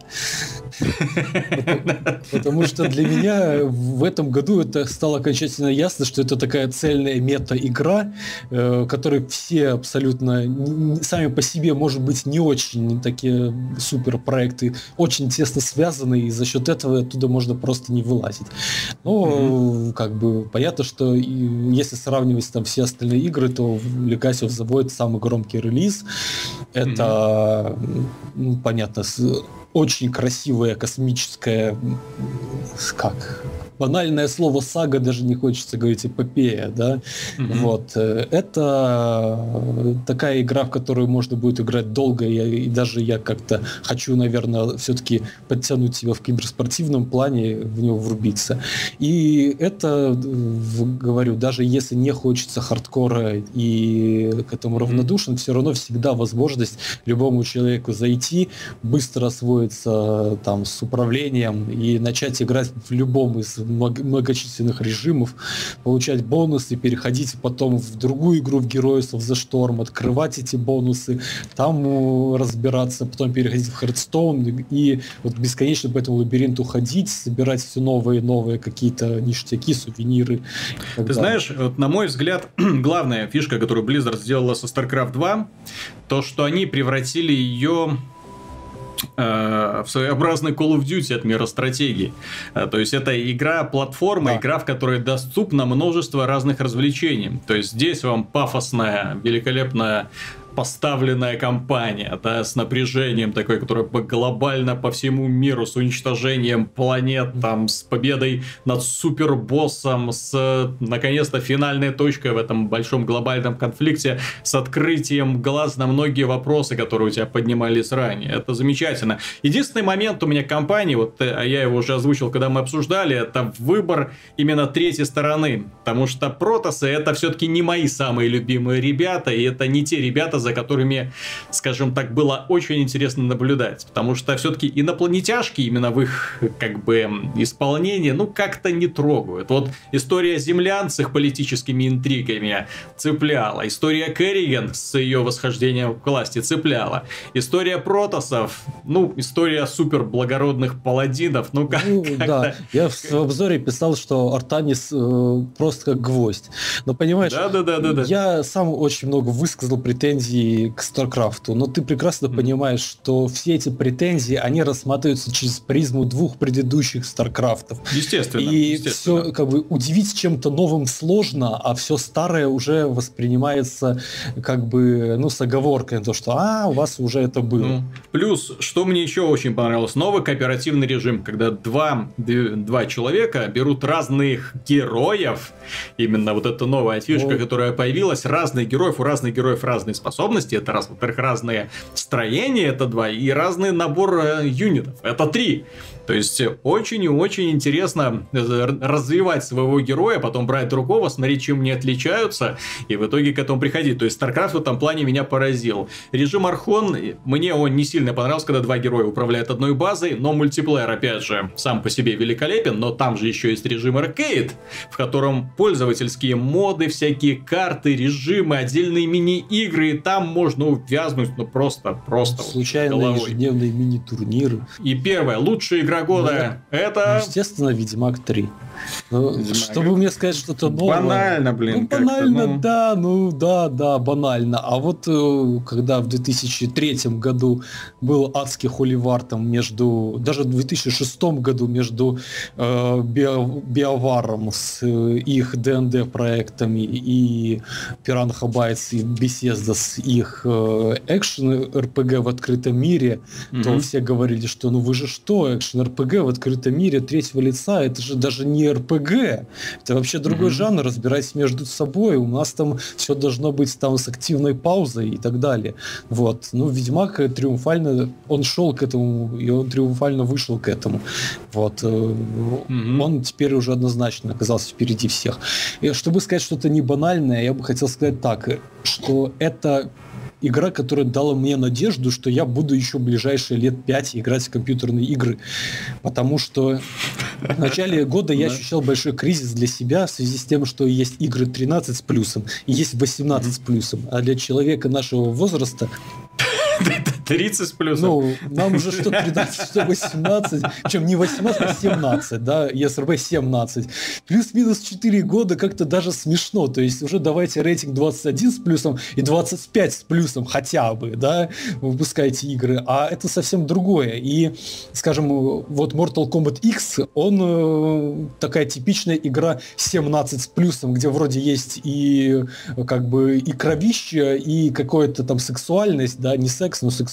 Потому что для меня в этом году это стало окончательно ясно, что это такая цельная мета-игра, которой все абсолютно сами по себе, может быть, не очень такие супер проекты, очень тесно связаны, и за счет этого оттуда можно просто не вылазить. Ну, mm-hmm. как бы понятно, что если сравнивать там все остальные игры, то Legacy of the Void самый громкий релиз. Это, mm-hmm. ну, понятно, очень красивая космическая, как банальное слово сага даже не хочется говорить, эпопея, да. Mm-hmm. Вот. Это такая игра, в которую можно будет играть долго, и, и даже я как-то хочу, наверное, все-таки подтянуть себя в киберспортивном плане, в него врубиться. И это, говорю, даже если не хочется хардкора и к этому равнодушен, mm-hmm. все равно всегда возможность любому человеку зайти, быстро освоиться там с управлением и начать играть в любом из многочисленных режимов, получать бонусы, переходить потом в другую игру, в Heroes of the Storm, открывать эти бонусы, там разбираться, потом переходить в Hearthstone и вот бесконечно по этому лабиринту ходить, собирать все новые и новые какие-то ништяки, сувениры.
Ты знаешь, вот, на мой взгляд, главная фишка, которую Blizzard сделала со StarCraft два, то, что они превратили ее в своеобразный Call of Duty от мира стратегий. То есть это игра-платформа, да. игра, в которой доступно множество разных развлечений. То есть здесь вам пафосная, великолепная поставленная кампания, да, с напряжением такой, которая глобально по всему миру, с уничтожением планет, там, с победой над супербоссом, с, наконец-то, финальной точкой в этом большом глобальном конфликте, с открытием глаз на многие вопросы, которые у тебя поднимались ранее. Это замечательно. Единственный момент у меня кампании, вот я его уже озвучил, когда мы обсуждали, это выбор именно третьей стороны, потому что протосы это все-таки не мои самые любимые ребята, и это не те ребята, за которыми, скажем так, было очень интересно наблюдать. Потому что все-таки инопланетяшки именно в их, как бы, исполнении, ну, как-то не трогают. Вот история землян с их политическими интригами цепляла. История Керриган с ее восхождением к власти цепляла. История протоссов, ну, история суперблагородных паладинов, ну, как-
Ну,
как-то...
да, я в в обзоре писал, что Артанис э, просто как гвоздь. Но понимаешь,
Да-да-да-да-да.
я сам очень много высказал претензий к Старкрафту, но ты прекрасно
Мгм.
понимаешь, что все эти претензии, они рассматриваются через призму двух предыдущих Старкрафтов.
Естественно,
И
естественно.
все, как бы, удивить чем-то новым сложно, а все старое уже воспринимается, как бы, ну, с оговоркой на то, что, а, у вас уже это было.
Ну, плюс, что мне еще очень понравилось, новый кооперативный режим, когда два, д- два человека берут разных героев, именно вот эта новая фишка,
Ну.
которая появилась, разных героев, у разных героев разные способности, это раз, во-вторых, разные строения, это два, и разный набор э, юнитов, это три. То есть, э, очень и очень интересно э, р- развивать своего героя, потом брать другого, смотреть, чем они отличаются, и в итоге к этому приходить. То есть, StarCraft в этом плане меня поразил. Режим Архон, э, мне он не сильно понравился, когда два героя управляют одной базой, но мультиплеер, опять же, сам по себе великолепен, но там же еще есть режим Arcade, в котором пользовательские моды, всякие карты, режимы, отдельные мини-игры, и там можно увязнуть, ну просто, просто вот
Случайные
головой.
ежедневные мини-турниры.
И первое, лучшая игра года, это...
Естественно, Ведьмак три. Ну,
Ведьмак.
чтобы мне сказать что-то новое.
Банально, блин.
Ну,
как-то,
банально,
ну.
да, ну да, да, банально. А вот э, когда в две тысячи третьем году был адский холивар там между, даже в две тысячи шестом году между э, Био- Биоваром с э, их ди энд ди проектами и Piranha Bytes и Bethesda с их э, экшен эр пи джи в открытом мире, то
Мгм.
все говорили, что ну вы же что, экшен эр пи джи в открытом мире третьего лица, это же даже не эр пи джи, это вообще другой
Мгм.
жанр, разбирайтесь между собой, у нас там все должно быть там с активной паузой и так далее. Вот. Ну, Ведьмак э, триумфально, он шел к этому, и он триумфально вышел к этому. Вот. э,
Мгм.
Он теперь уже однозначно оказался впереди всех. И чтобы сказать что-то не банальное, я бы хотел сказать так, э, что это игра, которая дала мне надежду, что я буду еще ближайшие лет пять играть в компьютерные игры. Потому что в начале года я
Да.
ощущал большой кризис для себя в связи с тем, что есть игры тринадцать с плюсом и есть восемнадцать с плюсом. А для человека нашего возраста,
тридцать с плюсом.
ну, нам уже что тринадцать, что восемнадцать, причем не восемнадцать, а семнадцать, да, и эс эр бэ семнадцать. Плюс-минус четыре года как-то даже смешно, то есть уже давайте рейтинг двадцать один с плюсом и двадцать пять с плюсом хотя бы, да, выпускайте игры, а это совсем другое. И, скажем, вот Mortal Kombat X, он э, такая типичная игра семнадцать с плюсом, где вроде есть и как бы и кровище, и какая-то там сексуальность, да, не секс, но сексуальность,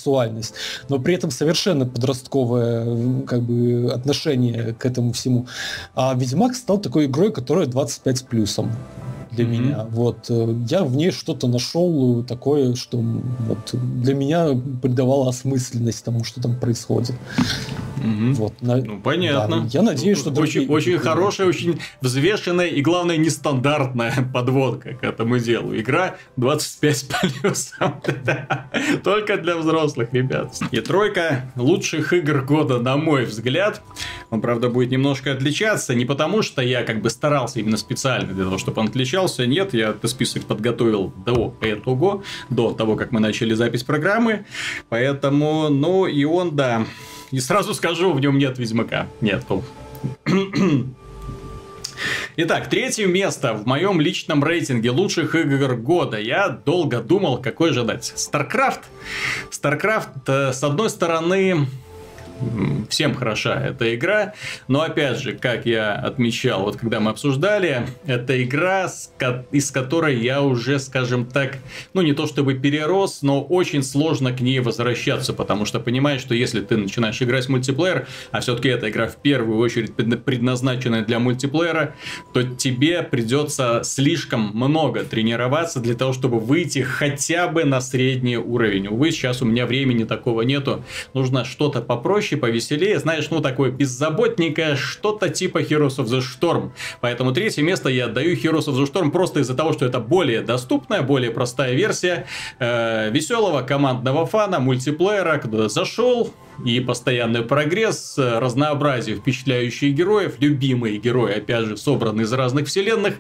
сексуальность, но при этом совершенно подростковое как бы отношение к этому всему. А Ведьмак стал такой игрой, которая двадцать пять с плюсом для mm-hmm. меня. Вот. Я в ней что-то нашел такое, что вот, для меня придавало осмысленность тому, что там происходит.
Mm-hmm. Вот. Ну, понятно.
Да, я надеюсь, что...
Очень, очень хорошая, очень взвешенная и, главное, нестандартная подводка к этому делу. Игра двадцать пять с плюсом. Только для взрослых, ребят. И тройка лучших игр года, на мой взгляд. Он, правда, будет немножко отличаться. Не потому, что я как бы старался именно специально для того, чтобы он отличался. Нет, я этот список подготовил до этого, до того, как мы начали запись программы. Поэтому, ну, и он, да. И сразу скажу, в нем нет Ведьмака. Нет. Итак, третье место в моем личном рейтинге лучших игр года. Я долго думал, какой же дать. StarCraft. StarCraft, с одной стороны... Всем хороша эта игра, но опять же, как я отмечал, вот когда мы обсуждали, это игра, из которой я уже, скажем так, ну не то чтобы перерос, но очень сложно к ней возвращаться, потому что понимаешь, что если ты начинаешь играть в мультиплеер, а все-таки эта игра в первую очередь предназначена для мультиплеера, то тебе придется слишком много тренироваться для того, чтобы выйти хотя бы на средний уровень. Увы, сейчас у меня времени такого нету, нужно что-то попроще, повеселее, знаешь, ну такое беззаботненькое, что-то типа Heroes of the Storm. Поэтому третье место я отдаю Heroes of the Storm просто из-за того, что это более доступная, более простая версия э, веселого командного фана, мультиплеера, когда зашел, и постоянный прогресс, разнообразие впечатляющих героев, любимые герои, опять же, собраны из разных вселенных,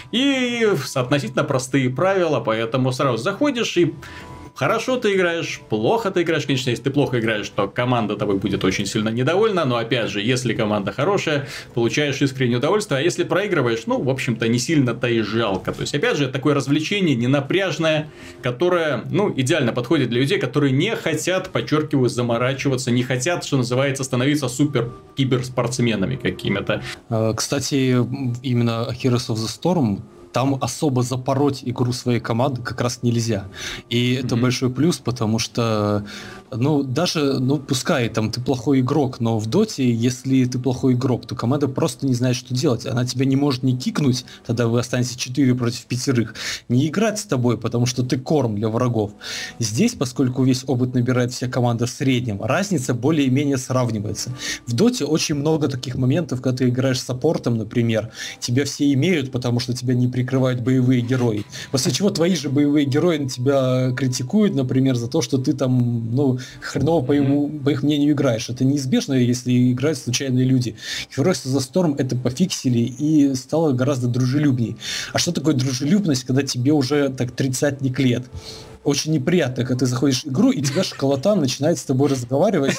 и относительно простые правила, поэтому сразу заходишь и... Хорошо ты играешь, плохо ты играешь. Конечно, если ты плохо играешь, то команда тобой будет очень сильно недовольна. Но опять же, если команда хорошая, получаешь искреннее удовольствие. А если проигрываешь, ну, в общем-то, не сильно-то и жалко. То есть, опять же, это такое развлечение ненапряжное, которое, ну, идеально подходит для людей, которые не хотят, подчеркиваю, заморачиваться, не хотят, что называется, становиться супер-киберспортсменами какими-то.
Кстати, именно Heroes of the Storm... Там особо запороть игру своей команды как раз нельзя. И mm-hmm. это большой плюс, потому что, ну, даже, ну, пускай там ты плохой игрок, но в доте, если ты плохой игрок, то команда просто не знает, что делать. Она тебя не может не кикнуть, тогда вы останетесь четыре против пятерых, не играть с тобой, потому что ты корм для врагов. Здесь, поскольку весь опыт набирает вся команда в среднем, разница более-менее сравнивается. В доте очень много таких моментов, когда ты играешь с саппортом, например, тебя все имеют, потому что тебя не прикрывают боевые герои. После чего твои же боевые герои на тебя критикуют, например, за то, что ты там, ну, хреново по, ему, по их мнению играешь. Это неизбежно, если играют случайные люди. Heroes of the Storm это пофиксили и стало гораздо дружелюбней. А что такое дружелюбность, когда тебе уже так тридцатник лет? Очень неприятно, когда ты заходишь в игру, и тебя шоколатан начинает с тобой разговаривать,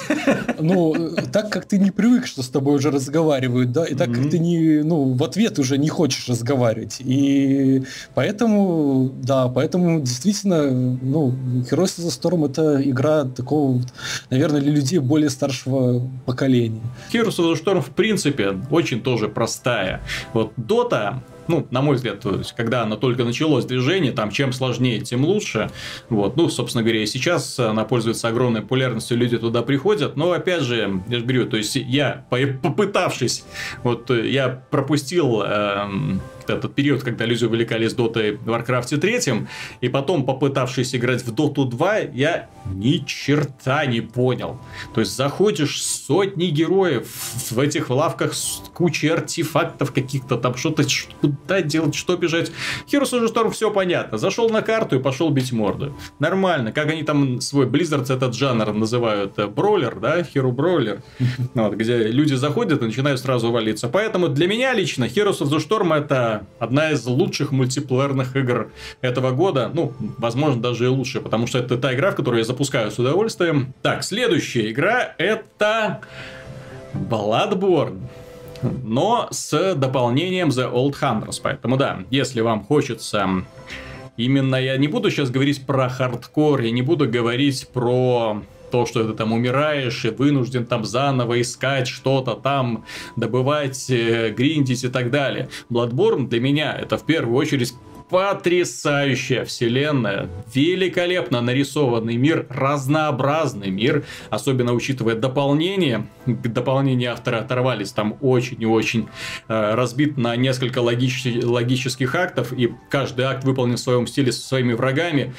ну, так, как ты не привык, что с тобой уже разговаривают, да, и так, mm-hmm. как ты не, ну, в ответ уже не хочешь разговаривать. И поэтому, да, поэтому действительно, ну, Heroes of the Storm это игра такого, наверное, для людей более старшего поколения.
Heroes of the Storm, в принципе, очень тоже простая. Вот Dota... Ну, на мой взгляд, то есть, когда оно только началось движение, там, чем сложнее, тем лучше. Вот. Ну, собственно говоря, сейчас она пользуется огромной популярностью, люди туда приходят. Но, опять же, я же говорю, то есть, я, попытавшись, вот, я пропустил... Эм... этот период, когда люди увлекались Дотой в Warcraft три, и потом, попытавшись играть в Доту два, я ни черта не понял. То есть, заходишь, сотни героев, в этих лавках куча артефактов каких-то, там что-то, куда делать, что бежать. Heroes of the Storm все понятно. Зашел на карту и пошел бить морду. Нормально. Как они там свой Blizzard этот жанр называют? Бройлер, да? Hero Бройлер. Вот, где люди заходят и начинают сразу валиться. Поэтому для меня лично Heroes of the Storm это одна из лучших мультиплеерных игр этого года. Ну, возможно, даже и лучше, потому что это та игра, в которую я запускаю с удовольствием. Так, следующая игра это Bloodborne. Но с дополнением The Old Hunters. Поэтому да, если вам хочется... Именно я не буду сейчас говорить про хардкор, я не буду говорить про... то, что ты там умираешь и вынужден там заново искать что-то там, добывать, э, гриндить и так далее. Bloodborne для меня это в первую очередь потрясающая вселенная, великолепно нарисованный мир, разнообразный мир, особенно учитывая дополнение. Дополнения авторы оторвались, там очень и очень э, разбит на несколько логич- логических актов, и каждый акт выполнен в своем стиле со своими врагами.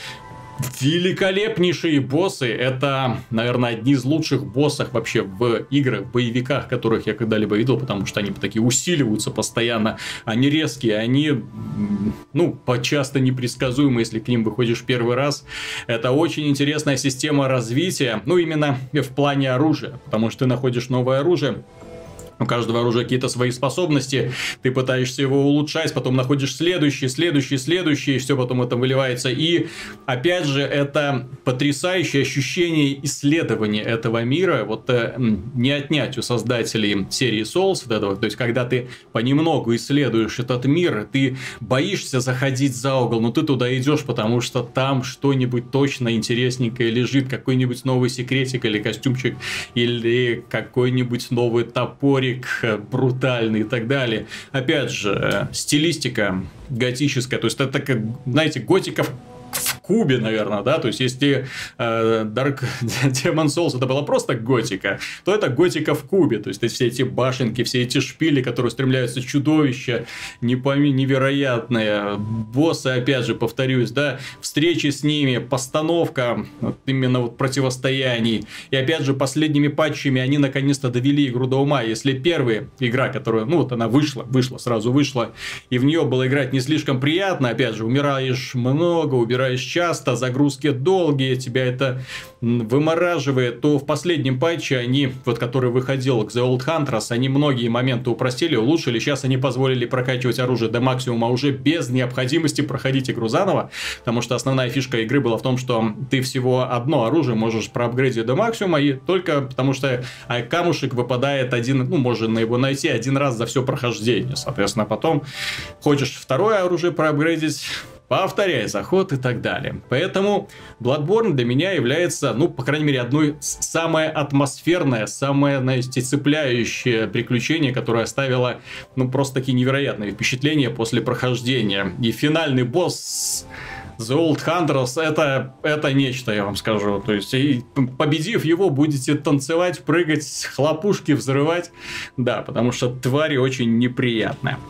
Великолепнейшие боссы. Это, наверное, одни из лучших боссов вообще в играх, боевиках, которых я когда-либо видел, потому что они такие усиливаются постоянно. Они резкие, они, ну, часто непредсказуемы, если к ним выходишь первый раз. Это очень интересная система развития, ну, именно в плане оружия, потому что ты находишь новое оружие. У каждого оружия какие-то свои способности, ты пытаешься его улучшать, потом находишь следующий, следующий, следующий, и все потом это выливается. И, опять же, это потрясающее ощущение исследования этого мира, вот э, не отнять у создателей серии Souls, вот этого, то есть, когда ты понемногу исследуешь этот мир, ты боишься заходить за угол, но ты туда идешь, потому что там что-нибудь точно интересненькое лежит, какой-нибудь новый секретик или костюмчик, или какой-нибудь новый топорик, брутальный и так далее. Опять же, стилистика готическая, то есть это, как, знаете, готика в в кубе, наверное, да, то есть если э, Dark Demon Souls это была просто готика, то это готика в кубе, то есть все эти башенки, все эти шпили, которые стремляются, чудовища непоми- невероятные, боссы, опять же, повторюсь, да, встречи с ними, постановка вот, именно вот противостояний, и опять же последними патчами они наконец-то довели игру до ума. Если первая игра, которая, ну вот она вышла, вышла, сразу вышла, и в нее было играть не слишком приятно, опять же, умираешь много, убираешь часто, загрузки долгие, тебя это вымораживает, то в последнем патче они, вот который выходил к The Old Hunters, они многие моменты упростили, улучшили, сейчас они позволили прокачивать оружие до максимума уже без необходимости проходить игру заново, потому что основная фишка игры была в том, что ты всего одно оружие можешь проапгрейдить до максимума, и только потому что камушек выпадает один, ну, можно его найти один раз за все прохождение, соответственно, потом хочешь второе оружие проапгрейдить, повторяй заход и так далее. Поэтому Bloodborne для меня является, ну, по крайней мере, одной самое атмосферное, самое, знаете, цепляющее приключение, которое оставило, ну, просто такие невероятные впечатления после прохождения. И финальный босс The Old Hunters это, это нечто, я вам скажу. То есть, и, победив его, будете танцевать, прыгать, хлопушки взрывать. Да, потому что тварь очень неприятная.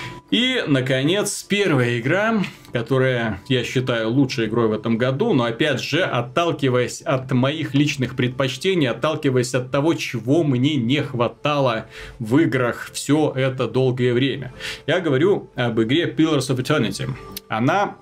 И, наконец, первая игра, которая, я считаю, лучшей игрой в этом году, но, опять же, отталкиваясь от моих личных предпочтений, отталкиваясь от того, чего мне не хватало в играх все это долгое время. Я говорю об игре Pillars of Eternity. Она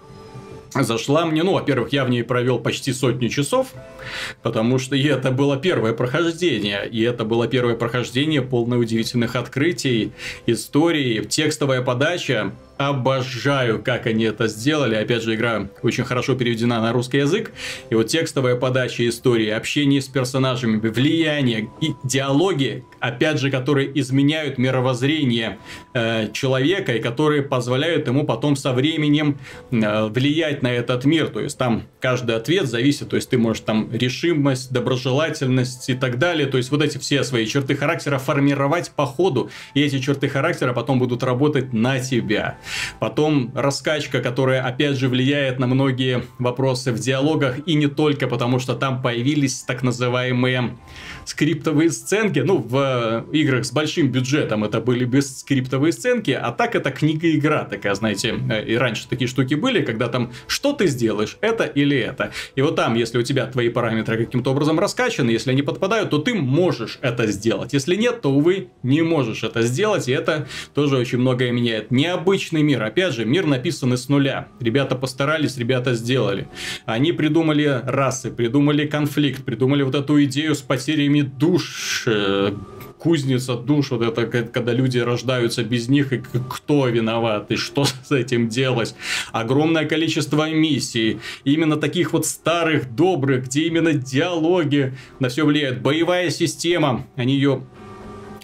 зашла мне, ну, во-первых, я в ней провел почти сотню часов, потому что и это было первое прохождение, и это было первое прохождение, полное удивительных открытий, историй, текстовая подача. Обожаю, как они это сделали. Опять же, игра очень хорошо переведена на русский язык. И вот текстовая подача истории, общение с персонажами, влияние и диалоги, опять же, которые изменяют мировоззрение э, человека и которые позволяют ему потом со временем э, влиять на этот мир. То есть там каждый ответ зависит. То есть ты можешь там решимость, доброжелательность и так далее. То есть вот эти все свои черты характера формировать по ходу. И эти черты характера потом будут работать на тебя. Потом раскачка, которая опять же влияет на многие вопросы в диалогах, и не только, потому что там появились так называемые скриптовые сценки. Ну, в играх с большим бюджетом это были бесскриптовые сценки, а так это книга-игра такая, знаете, и раньше такие штуки были, когда там, что ты сделаешь, это или это. И вот там, если у тебя твои параметры каким-то образом раскачаны, если они подпадают, то ты можешь это сделать. Если нет, то, увы, не можешь это сделать, и это тоже очень многое меняет. Необычный мир. Опять же, мир написан с нуля. Ребята постарались, ребята сделали. Они придумали расы, придумали конфликт, придумали вот эту идею с потерями душ, э, кузница душ, вот это, когда люди рождаются без них, и кто виноват, и что с этим делать. Огромное количество миссий, именно таких вот старых, добрых, где именно диалоги на все влияют. Боевая система, они ее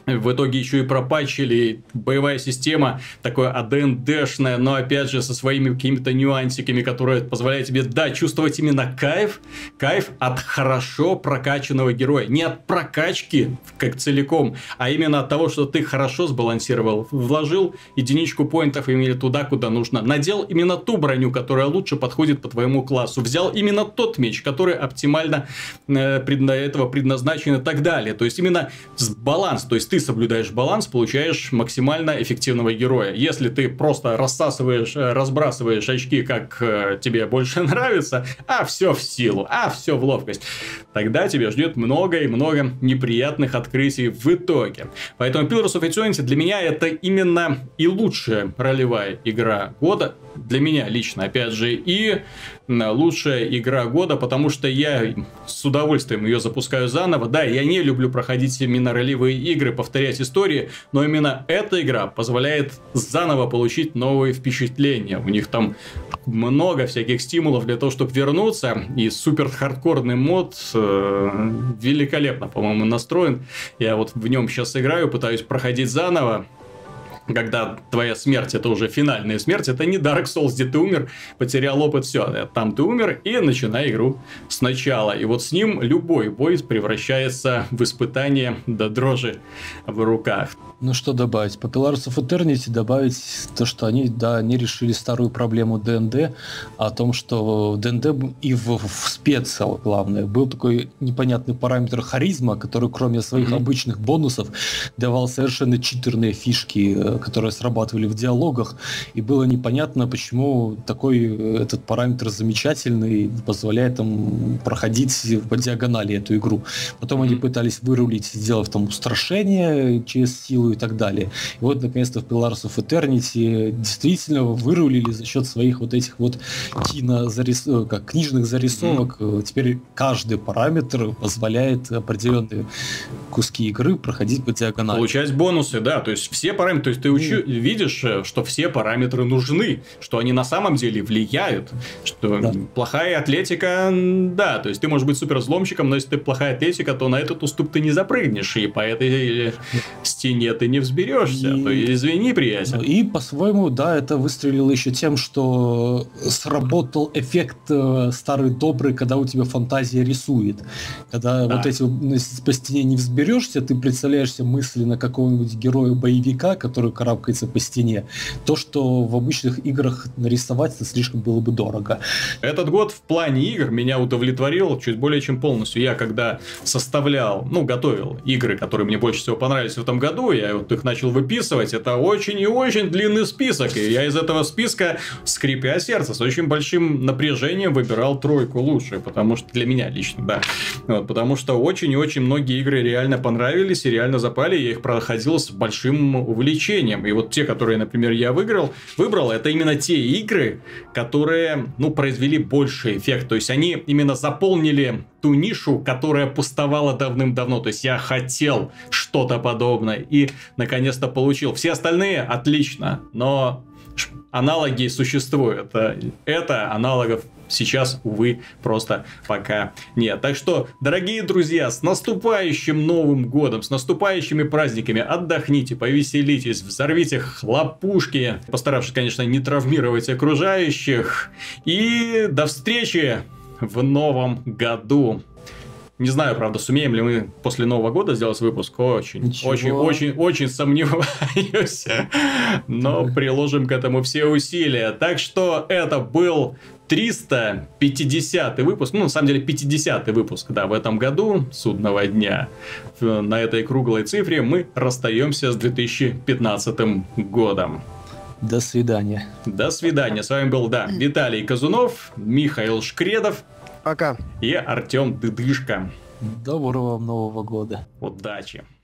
В итоге еще и пропатчили, боевая система такое эй ди энд-шная, но опять же со своими какими-то нюансиками, которые позволяют тебе, да, чувствовать именно кайф, кайф от хорошо прокачанного героя. Не от прокачки как целиком, а именно от того, что ты хорошо сбалансировал, вложил единичку поинтов именно туда, куда нужно, надел именно ту броню, которая лучше подходит по твоему классу, взял именно тот меч, который оптимально э, для этого предназначен и так далее. То есть именно баланс, то есть ты соблюдаешь баланс, получаешь максимально эффективного героя. Если ты просто рассасываешь, разбрасываешь очки, как э, тебе больше нравится, а все в силу, а все в ловкость, тогда тебя ждет много и много неприятных открытий в итоге. Поэтому Pillars of Eternity для меня это именно и лучшая ролевая игра года. Для меня лично, опять же, и лучшая игра года, потому что я с удовольствием ее запускаю заново. Да, я не люблю проходить именно ролевые игры, повторять истории, но именно эта игра позволяет заново получить новые впечатления. У них там много всяких стимулов для того, чтобы вернуться, и супер хардкорный мод э, великолепно, по-моему, настроен. Я вот в нем сейчас играю, пытаюсь проходить заново. Когда твоя смерть это уже финальная смерть, это не Dark Souls, где ты умер, потерял опыт, все, там ты умер и начинай игру сначала. И вот с ним любой бой превращается в испытание до дрожи в руках.
Ну что добавить? По Pillars of Eternity добавить то, что они, да, они решили старую проблему ди энд ди, о том, что в ди энд ди и в, в спец, главное, был такой непонятный параметр харизма, который кроме своих mm-hmm. обычных бонусов давал совершенно читерные фишки, которые срабатывали в диалогах, и было непонятно, почему такой этот параметр замечательный позволяет им проходить по диагонали эту игру. Потом mm-hmm. они пытались вырулить, сделав там устрашение через силу и так далее. И вот, наконец-то, в Pillars of Eternity действительно вырулили за счет своих вот этих вот кинозарис... как, книжных зарисовок. Mm-hmm. Теперь каждый параметр позволяет определенные куски игры проходить по диагонали.
Получать бонусы, да. То есть все параметры, то есть ты учу... mm-hmm. видишь, что все параметры нужны, что они на самом деле влияют, что да. плохая атлетика, да, то есть ты можешь быть супер взломщиком, но если ты плохая атлетика, то на этот уступ ты не запрыгнешь, и по этой стене ты не взберешься, и... то извини, приятель.
И по-своему, да, это выстрелило еще тем, что сработал эффект э, старый добрый, когда у тебя фантазия рисует. Когда да. вот эти по стене не взберешься, ты представляешься мысленно какого-нибудь героя-боевика, который карабкается по стене. То, что в обычных играх нарисовать, это слишком было бы дорого.
Этот год в плане игр меня удовлетворил чуть более чем полностью. Я когда составлял, ну, готовил игры, которые мне больше всего понравились в этом году, я вот их начал выписывать. Это очень и очень длинный список. И я из этого списка, скрипя сердце, с очень большим напряжением выбирал тройку лучших. Потому что для меня лично, да. Вот, потому что очень и очень многие игры реально понравились и реально запали. Я их проходил с большим увлечением. И вот те, которые, например, я выиграл, выбрал, это именно те игры, которые, ну, произвели больший эффект. То есть они именно заполнили ту нишу, которая пустовала давным-давно. То есть я хотел что-то подобное и наконец-то получил. Все остальные отлично, но аналоги существуют. Это аналогов сейчас, увы, просто пока нет. Так что, дорогие друзья, с наступающим Новым годом, с наступающими праздниками, отдохните, повеселитесь, взорвите хлопушки, постаравшись, конечно, не травмировать окружающих. И до встречи в Новом году. Не знаю, правда, сумеем ли мы после Нового года сделать выпуск. Очень, Ничего. очень, очень, очень сомневаюсь. Но приложим к этому все усилия. Так что это был триста пятидесятый выпуск. Ну, на самом деле, пятидесятый выпуск, да, в этом году Судного дня. На этой круглой цифре мы расстаемся с две тысячи пятнадцатым годом.
До свидания.
До свидания. С вами был, да, Виталий Казунов, Михаил Шкредов.
Пока.
И Артем Дыдышко.
Доброго вам Нового года.
Удачи.